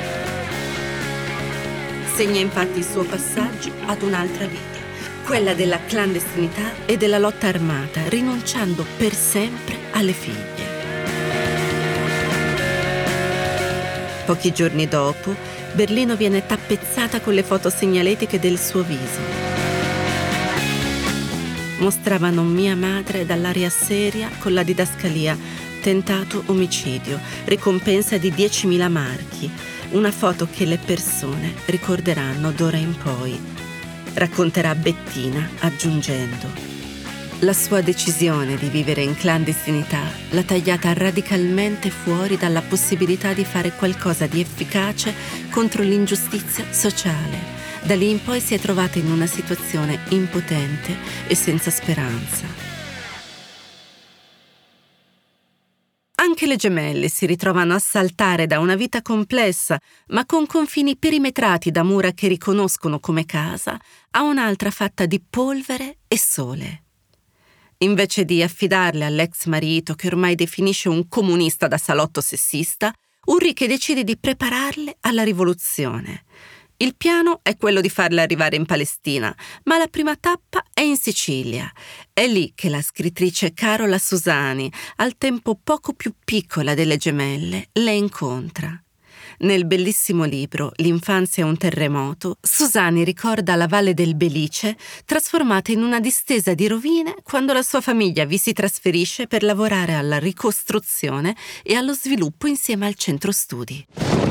Segna infatti il suo passaggio ad un'altra vita, quella della clandestinità e della lotta armata, rinunciando per sempre alle figlie. Pochi giorni dopo, Berlino viene tappezzata con le foto segnaletiche del suo viso. Mostravano mia madre dall'aria seria con la didascalia tentato omicidio, ricompensa di diecimila marchi, una foto che le persone ricorderanno d'ora in poi. Racconterà Bettina aggiungendo: la sua decisione di vivere in clandestinità l'ha tagliata radicalmente fuori dalla possibilità di fare qualcosa di efficace contro l'ingiustizia sociale. Da lì in poi si è trovata in una situazione impotente e senza speranza. Anche le gemelle si ritrovano a saltare da una vita complessa, ma con confini perimetrati da mura che riconoscono come casa, a un'altra fatta di polvere e sole. Invece di affidarle all'ex marito, che ormai definisce un comunista da salotto sessista, Ulrike decide di prepararle alla rivoluzione. Il piano è quello di farle arrivare in Palestina, ma la prima tappa è in Sicilia. È lì che la scrittrice Carola Susani, al tempo poco più piccola delle gemelle, le incontra. Nel bellissimo libro L'infanzia è un terremoto, Susani ricorda la Valle del Belice trasformata in una distesa di rovine quando la sua famiglia vi si trasferisce per lavorare alla ricostruzione e allo sviluppo insieme al centro studi.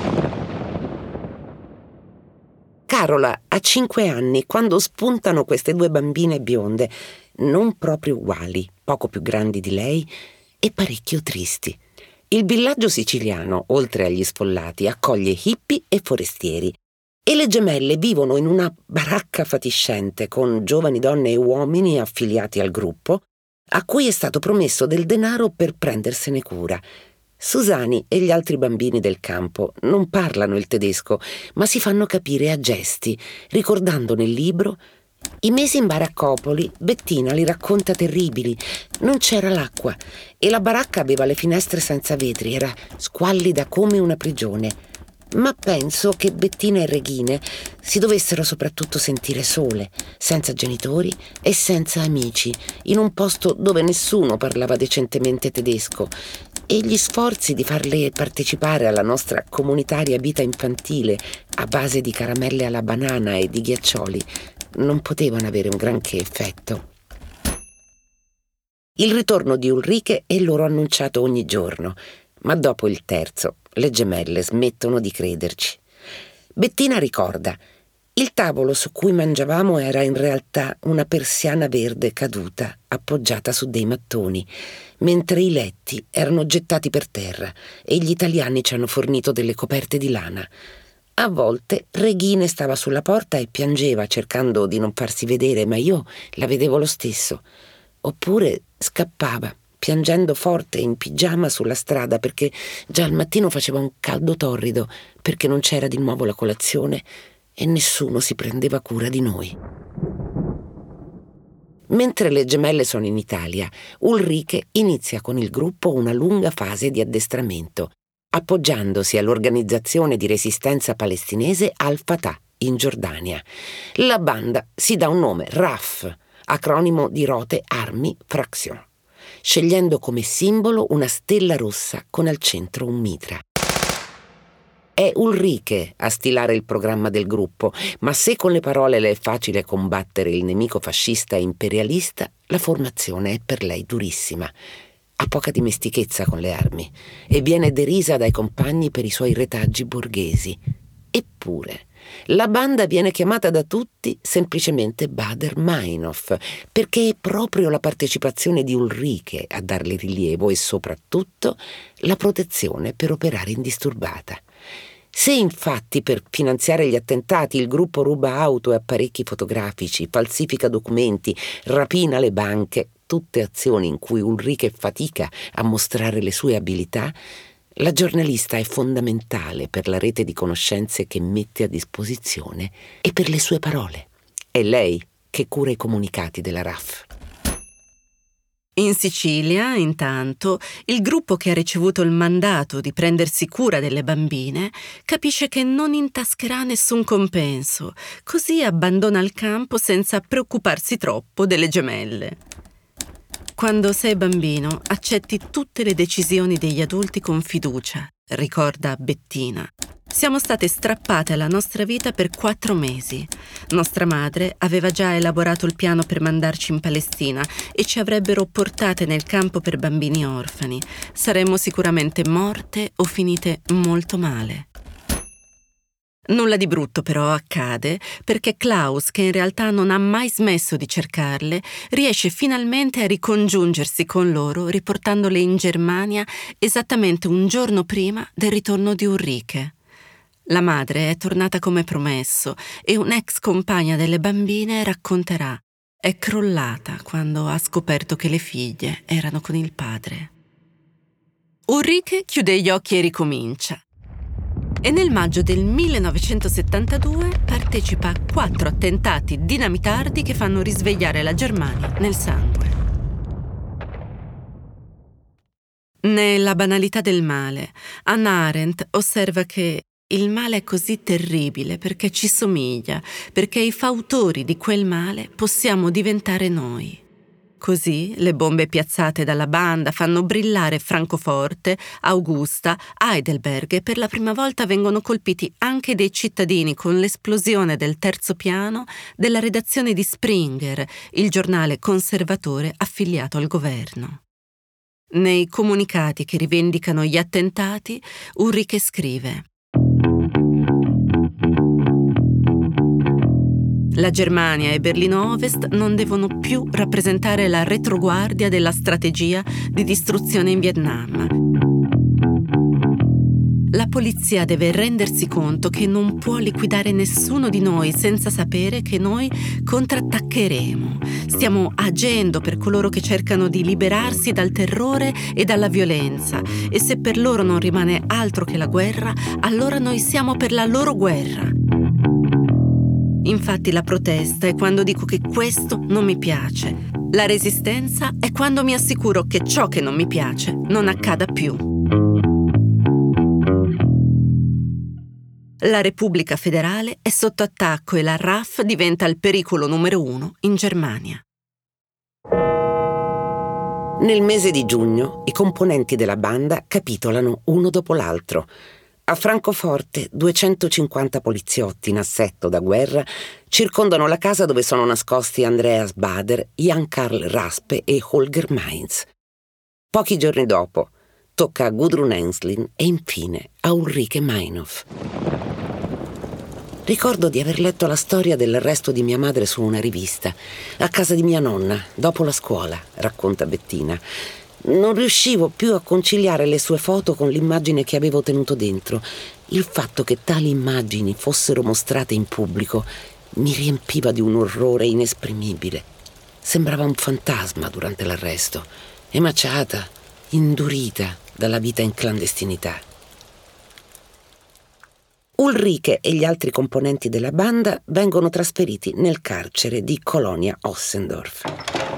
Carola ha cinque anni quando spuntano queste due bambine bionde, non proprio uguali, poco più grandi di lei e parecchio tristi. Il villaggio siciliano, oltre agli sfollati, accoglie hippie e forestieri e le gemelle vivono in una baracca fatiscente con giovani donne e uomini affiliati al gruppo a cui è stato promesso del denaro per prendersene cura. Susani e gli altri bambini del campo non parlano il tedesco, ma si fanno capire a gesti, ricordando nel libro: i mesi in baraccopoli, Bettina li racconta terribili. Non c'era l'acqua e la baracca aveva le finestre senza vetri, era squallida come una prigione. Ma penso che Bettina e Regine si dovessero soprattutto sentire sole, senza genitori e senza amici, in un posto dove nessuno parlava decentemente tedesco. E gli sforzi di farle partecipare alla nostra comunitaria vita infantile a base di caramelle alla banana e di ghiaccioli non potevano avere un granché effetto. Il ritorno di Ulrike è loro annunciato ogni giorno, ma dopo il terzo le gemelle smettono di crederci. Bettina ricorda: il tavolo su cui mangiavamo era in realtà una persiana verde caduta appoggiata su dei mattoni, mentre i letti erano gettati per terra e gli italiani ci hanno fornito delle coperte di lana. A volte Regine stava sulla porta e piangeva cercando di non farsi vedere, ma io la vedevo lo stesso. Oppure scappava, piangendo forte in pigiama sulla strada perché già al mattino faceva un caldo torrido, perché non c'era di nuovo la colazione e nessuno si prendeva cura di noi. Mentre le gemelle sono in Italia, Ulrike inizia con il gruppo una lunga fase di addestramento, appoggiandosi all'organizzazione di resistenza palestinese Al-Fatah in Giordania. La banda si dà un nome, R A F, acronimo di Rote Army Fraction, scegliendo come simbolo una stella rossa con al centro un mitra. È Ulrike a stilare il programma del gruppo, ma se con le parole le è facile combattere il nemico fascista e imperialista, la formazione è per lei durissima. Ha poca dimestichezza con le armi e viene derisa dai compagni per i suoi retaggi borghesi. Eppure, la banda viene chiamata da tutti semplicemente Baader-Meinhof, perché è proprio la partecipazione di Ulrike a darle rilievo e soprattutto la protezione per operare indisturbata. Se infatti per finanziare gli attentati il gruppo ruba auto e apparecchi fotografici, falsifica documenti, rapina le banche, tutte azioni in cui Ulrike fatica a mostrare le sue abilità, la giornalista è fondamentale per la rete di conoscenze che mette a disposizione e per le sue parole. È lei che cura i comunicati della R A F. In Sicilia, intanto, il gruppo che ha ricevuto il mandato di prendersi cura delle bambine capisce che non intascherà nessun compenso, così abbandona il campo senza preoccuparsi troppo delle gemelle. Quando sei bambino, accetti tutte le decisioni degli adulti con fiducia, ricorda Bettina. Siamo state strappate alla nostra vita per quattro mesi. Nostra madre aveva già elaborato il piano per mandarci in Palestina e ci avrebbero portate nel campo per bambini orfani. Saremmo sicuramente morte o finite molto male. Nulla di brutto però accade perché Klaus, che in realtà non ha mai smesso di cercarle, riesce finalmente a ricongiungersi con loro riportandole in Germania esattamente un giorno prima del ritorno di Ulrike. La madre è tornata come promesso e un'ex compagna delle bambine racconterà: è crollata quando ha scoperto che le figlie erano con il padre. Ulrike chiude gli occhi e ricomincia. E nel maggio del millenovecentosettantadue partecipa a quattro attentati dinamitardi che fanno risvegliare la Germania nel sangue. Nella banalità del male, Hannah Arendt osserva che il male è così terribile perché ci somiglia, perché i fautori di quel male possiamo diventare noi. Così le bombe piazzate dalla banda fanno brillare Francoforte, Augusta, Heidelberg e per la prima volta vengono colpiti anche dei cittadini con l'esplosione del terzo piano della redazione di Springer, il giornale conservatore affiliato al governo. Nei comunicati che rivendicano gli attentati, Ulrike scrive: la Germania e Berlino Ovest non devono più rappresentare la retroguardia della strategia di distruzione in Vietnam. La polizia deve rendersi conto che non può liquidare nessuno di noi senza sapere che noi contrattaccheremo. Stiamo agendo per coloro che cercano di liberarsi dal terrore e dalla violenza, e se per loro non rimane altro che la guerra, allora noi siamo per la loro guerra. Infatti la protesta è quando dico che questo non mi piace. La resistenza è quando mi assicuro che ciò che non mi piace non accada più. La Repubblica Federale è sotto attacco e la R A F diventa il pericolo numero uno in Germania. Nel mese di giugno i componenti della banda capitolano uno dopo l'altro. A Francoforte duecentocinquanta poliziotti in assetto da guerra circondano la casa dove sono nascosti Andreas Baader, Jan Karl Raspe e Holger Mainz. Pochi giorni dopo tocca a Gudrun Enslin e infine a Ulrike Meinhof. Ricordo di aver letto la storia dell'arresto di mia madre su una rivista, a casa di mia nonna, dopo la scuola, racconta Bettina. Non riuscivo più a conciliare le sue foto con l'immagine che avevo tenuto dentro. Il fatto che tali immagini fossero mostrate in pubblico mi riempiva di un orrore inesprimibile. Sembrava un fantasma durante l'arresto, emaciata, indurita dalla vita in clandestinità. Ulrike e gli altri componenti della banda vengono trasferiti nel carcere di Colonia Ossendorf.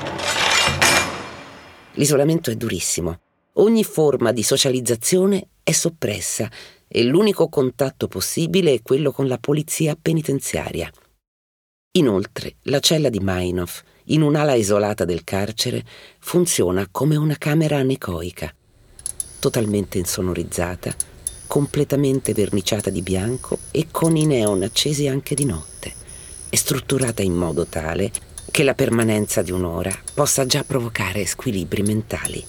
L'isolamento è durissimo. Ogni forma di socializzazione è soppressa e l'unico contatto possibile è quello con la polizia penitenziaria. Inoltre, la cella di Meinhof, in un'ala isolata del carcere, funziona come una camera anecoica, totalmente insonorizzata, completamente verniciata di bianco e con i neon accesi anche di notte. È strutturata in modo tale che la permanenza di un'ora possa già provocare squilibri mentali.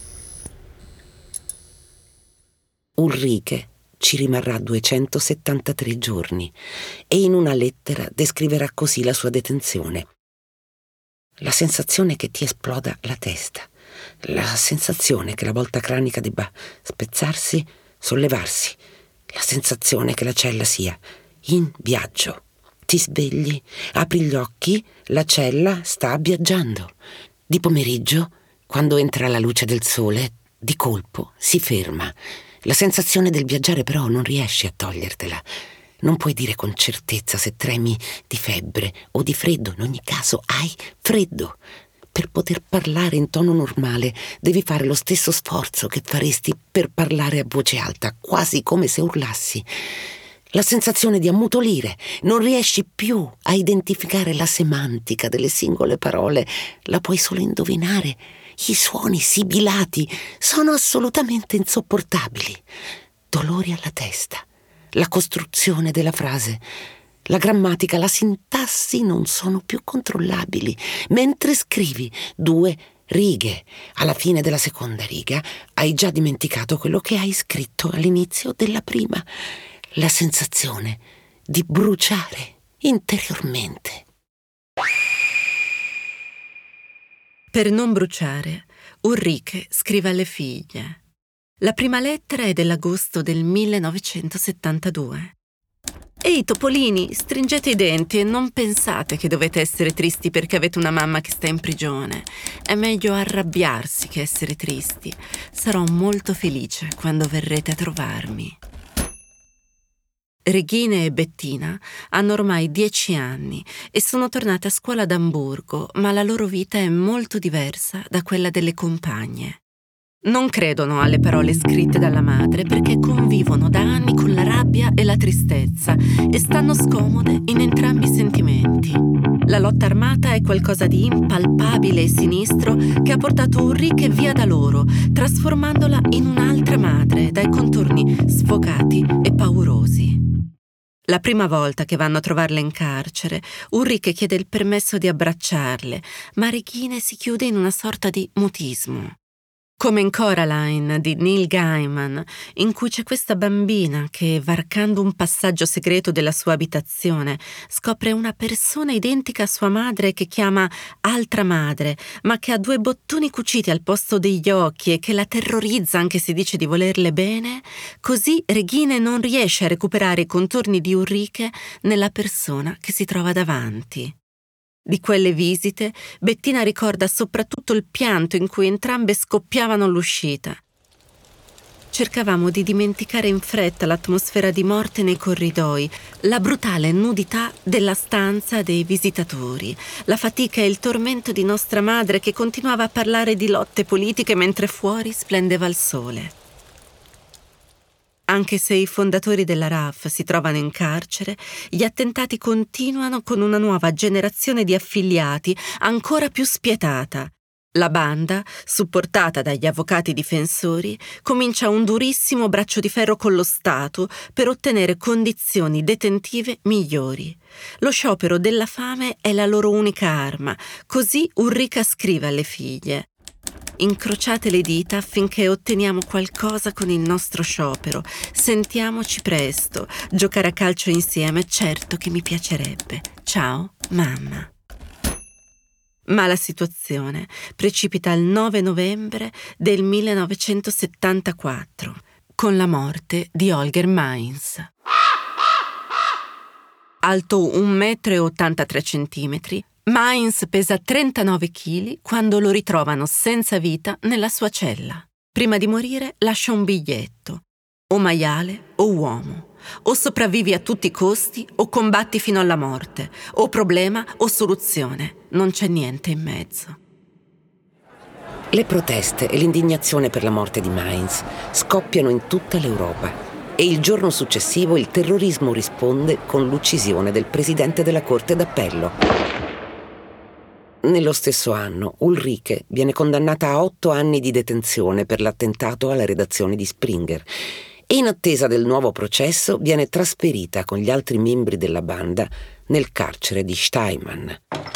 Ulrike ci rimarrà duecentosettantatré giorni e in una lettera descriverà così la sua detenzione. La sensazione che ti esploda la testa, la sensazione che la volta cranica debba spezzarsi, sollevarsi, la sensazione che la cella sia in viaggio. Ti svegli, apri gli occhi, la cella sta viaggiando. Di pomeriggio, quando entra la luce del sole, di colpo si ferma. La sensazione del viaggiare però non riesci a togliertela. Non puoi dire con certezza se tremi di febbre o di freddo. In ogni caso hai freddo. Per poter parlare in tono normale devi fare lo stesso sforzo che faresti per parlare a voce alta, quasi come se urlassi. La sensazione di ammutolire. Non riesci più a identificare la semantica delle singole parole. La puoi solo indovinare. I suoni sibilati sono assolutamente insopportabili. Dolori alla testa. La costruzione della frase, la grammatica, la sintassi non sono più controllabili. Mentre scrivi due righe alla fine della seconda riga, hai già dimenticato quello che hai scritto all'inizio della prima. La sensazione di bruciare interiormente. Per non bruciare, Ulrike scrive alle figlie. La prima lettera è dell'agosto del millenovecentosettantadue. Ehi topolini, stringete i denti e non pensate che dovete essere tristi perché avete una mamma che sta in prigione. È meglio arrabbiarsi che essere tristi. Sarò molto felice quando verrete a trovarmi. Regine e Bettina hanno ormai dieci anni e sono tornate a scuola ad Amburgo, ma la loro vita è molto diversa da quella delle compagne. Non credono alle parole scritte dalla madre perché convivono da anni con la rabbia e la tristezza e stanno scomode in entrambi i sentimenti. La lotta armata è qualcosa di impalpabile e sinistro che ha portato Ulrike via da loro, trasformandola in un'altra madre dai contorni sfocati e paurosi. La prima volta che vanno a trovarle in carcere, Ulrike chiede il permesso di abbracciarle, ma Regine si chiude in una sorta di mutismo. Come in Coraline di Neil Gaiman, in cui c'è questa bambina che, varcando un passaggio segreto della sua abitazione, scopre una persona identica a sua madre che chiama altra madre, ma che ha due bottoni cuciti al posto degli occhi e che la terrorizza anche se dice di volerle bene, così Regine non riesce a recuperare i contorni di Ulrike nella persona che si trova davanti. Di quelle visite, Bettina ricorda soprattutto il pianto in cui entrambe scoppiavano all'uscita. Cercavamo di dimenticare in fretta l'atmosfera di morte nei corridoi, la brutale nudità della stanza dei visitatori, la fatica e il tormento di nostra madre che continuava a parlare di lotte politiche mentre fuori splendeva il sole. Anche se i fondatori della R A F si trovano in carcere, gli attentati continuano con una nuova generazione di affiliati ancora più spietata. La banda, supportata dagli avvocati difensori, comincia un durissimo braccio di ferro con lo Stato per ottenere condizioni detentive migliori. Lo sciopero della fame è la loro unica arma, così Ulrika scrive alle figlie. Incrociate le dita affinché otteniamo qualcosa con il nostro sciopero. Sentiamoci presto. Giocare a calcio insieme, certo che mi piacerebbe. Ciao, mamma. Ma la situazione precipita il nove novembre del millenovecentosettantaquattro, con la morte di Holger Meins. Alto un metro e ottantatré centimetri, Meins pesa trentanove chili quando lo ritrovano senza vita nella sua cella. Prima di morire lascia un biglietto. O maiale o uomo. O sopravvivi a tutti i costi o combatti fino alla morte. O problema o soluzione. Non c'è niente in mezzo. Le proteste e l'indignazione per la morte di Mainz scoppiano in tutta l'Europa e il giorno successivo il terrorismo risponde con l'uccisione del presidente della Corte d'Appello. Nello stesso anno Ulrike viene condannata a otto anni di detenzione per l'attentato alla redazione di Springer e in attesa del nuovo processo viene trasferita con gli altri membri della banda nel carcere di Steinmann.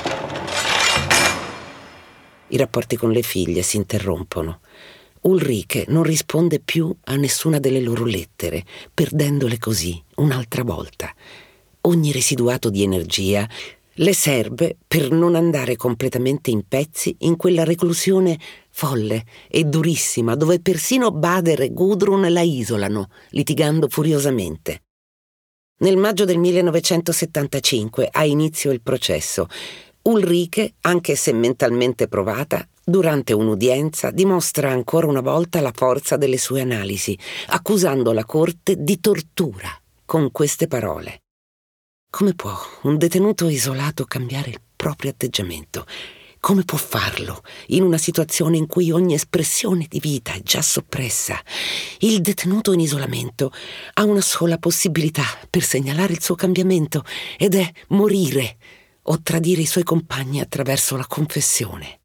I rapporti con le figlie si interrompono. Ulrike non risponde più a nessuna delle loro lettere, perdendole così un'altra volta. Ogni residuato di energia le serve per non andare completamente in pezzi in quella reclusione folle e durissima dove persino Bader e Gudrun la isolano, litigando furiosamente. Nel maggio del millenovecentosettantacinque ha inizio il processo. Ulrike, anche se mentalmente provata, durante un'udienza dimostra ancora una volta la forza delle sue analisi, accusando la corte di tortura con queste parole. Come può un detenuto isolato cambiare il proprio atteggiamento? Come può farlo in una situazione in cui ogni espressione di vita è già soppressa? Il detenuto in isolamento ha una sola possibilità per segnalare il suo cambiamento ed è morire o tradire i suoi compagni attraverso la confessione.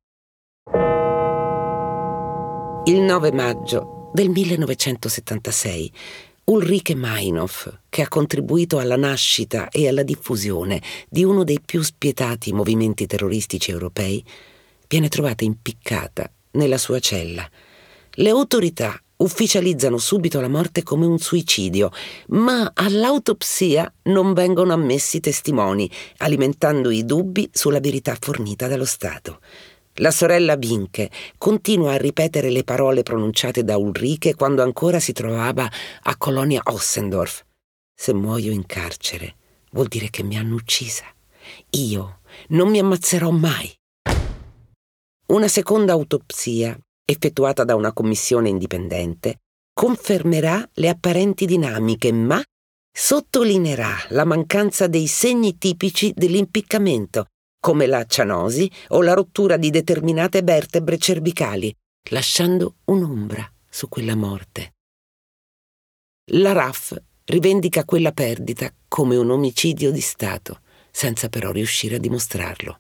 Il nove maggio del millenovecentosettantasei Ulrike Meinhof, che ha contribuito alla nascita e alla diffusione di uno dei più spietati movimenti terroristici europei, viene trovata impiccata nella sua cella. Le autorità ufficializzano subito la morte come un suicidio, ma all'autopsia non vengono ammessi testimoni, alimentando i dubbi sulla verità fornita dallo Stato. La sorella Binke continua a ripetere le parole pronunciate da Ulrike quando ancora si trovava a Colonia Ossendorf. Se muoio in carcere, vuol dire che mi hanno uccisa. Io non mi ammazzerò mai. Una seconda autopsia, effettuata da una commissione indipendente, confermerà le apparenti dinamiche, ma sottolineerà la mancanza dei segni tipici dell'impiccamento, come la cianosi o la rottura di determinate vertebre cervicali, lasciando un'ombra su quella morte. La R A F rivendica quella perdita come un omicidio di Stato, senza però riuscire a dimostrarlo.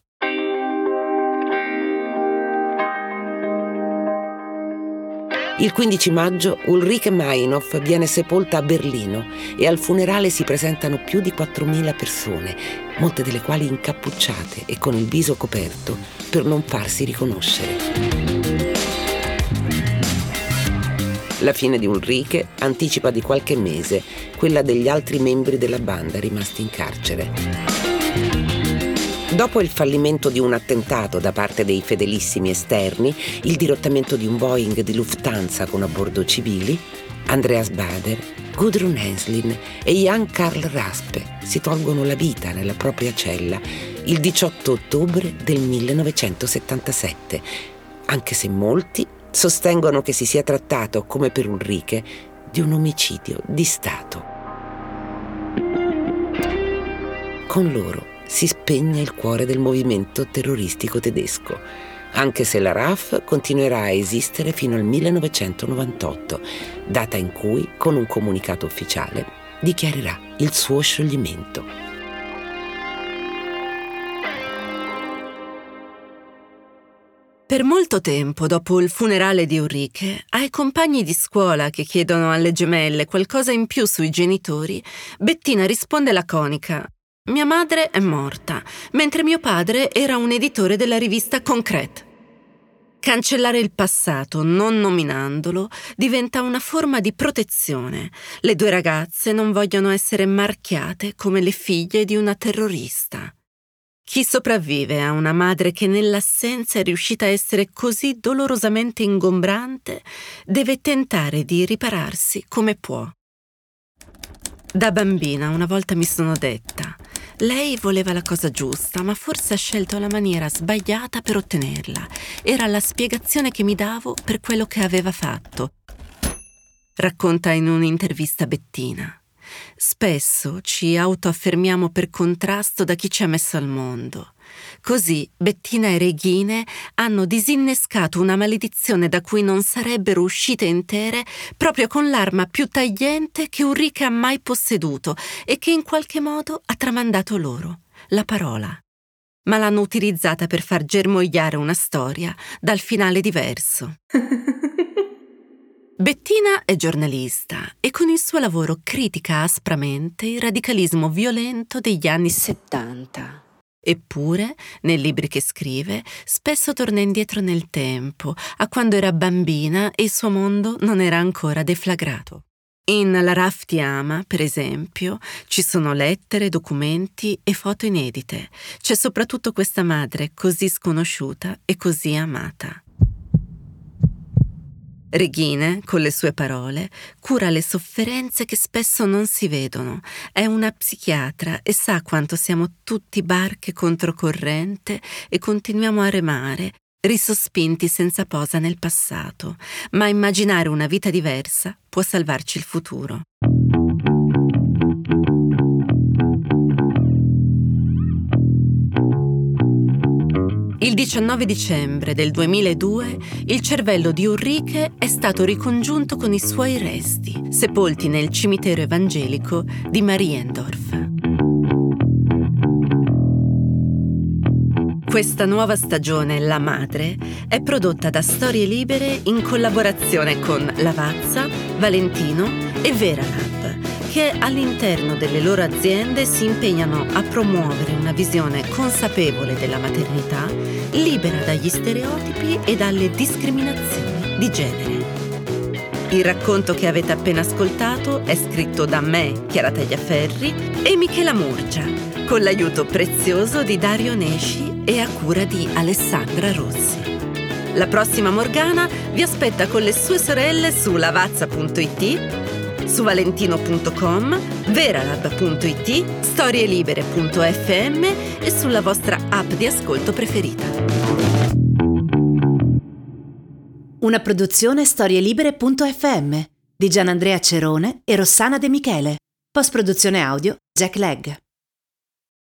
Il quindici maggio Ulrike Meinhof viene sepolta a Berlino e al funerale si presentano più di quattromila persone, molte delle quali incappucciate e con il viso coperto per non farsi riconoscere. La fine di Ulrike anticipa di qualche mese quella degli altri membri della banda rimasti in carcere. Dopo il fallimento di un attentato da parte dei fedelissimi esterni, il dirottamento di un Boeing di Lufthansa con a bordo civili, Andreas Bader, Gudrun Enslin e Jan Karl Raspe si tolgono la vita nella propria cella il diciotto ottobre del millenovecentosettantasette, anche se molti sostengono che si sia trattato, come per Ulrike, di un omicidio di Stato. Con loro si spegne il cuore del movimento terroristico tedesco, anche se la R A F continuerà a esistere fino al millenovecentonovantotto, data in cui, con un comunicato ufficiale, dichiarerà il suo scioglimento. Per molto tempo, dopo il funerale di Ulrike, ai compagni di scuola che chiedono alle gemelle qualcosa in più sui genitori, Bettina risponde laconica: «Mia madre è morta, mentre mio padre era un editore della rivista Concrete». Cancellare il passato, non nominandolo, diventa una forma di protezione. Le due ragazze non vogliono essere marchiate come le figlie di una terrorista. Chi sopravvive a una madre che nell'assenza è riuscita a essere così dolorosamente ingombrante deve tentare di ripararsi come può. Da bambina una volta mi sono detta: lei voleva la cosa giusta, ma forse ha scelto la maniera sbagliata per ottenerla. Era la spiegazione che mi davo per quello che aveva fatto. Racconta in un'intervista Bettina. Spesso ci autoaffermiamo per contrasto da chi ci ha messo al mondo. Così Bettina e Regine hanno disinnescato una maledizione da cui non sarebbero uscite intere proprio con l'arma più tagliente che Ulrike ha mai posseduto e che in qualche modo ha tramandato loro, la parola. Ma l'hanno utilizzata per far germogliare una storia dal finale diverso. Bettina è giornalista e con il suo lavoro critica aspramente il radicalismo violento degli anni settanta. Eppure, nei libri che scrive, spesso torna indietro nel tempo, a quando era bambina e il suo mondo non era ancora deflagrato. In La R A F ti ama, per esempio, ci sono lettere, documenti e foto inedite. C'è soprattutto questa madre così sconosciuta e così amata. Regine, con le sue parole, cura le sofferenze che spesso non si vedono. È una psichiatra e sa quanto siamo tutti barche controcorrente e continuiamo a remare, risospinti senza posa nel passato. Ma immaginare una vita diversa può salvarci il futuro. Il diciannove dicembre del duemiladue il cervello di Ulrike è stato ricongiunto con i suoi resti, sepolti nel cimitero evangelico di Mariendorf. Questa nuova stagione, La Madre, è prodotta da Storie Libere in collaborazione con Lavazza, Valentino e Veralab, che all'interno delle loro aziende si impegnano a promuovere una visione consapevole della maternità, libera dagli stereotipi e dalle discriminazioni di genere. Il racconto che avete appena ascoltato è scritto da me, Chiara Tagliaferri, e Michela Murgia, con l'aiuto prezioso di Dario Nesci e a cura di Alessandra Rossi. La prossima Morgana vi aspetta con le sue sorelle su lavazza punto it, su valentino punto com, veralab punto it, storielibere punto effe emme e sulla vostra app di ascolto preferita. Una produzione storielibere punto effe emme di Gianandrea Cerone e Rossana De Michele. Post-produzione audio Jack Legg.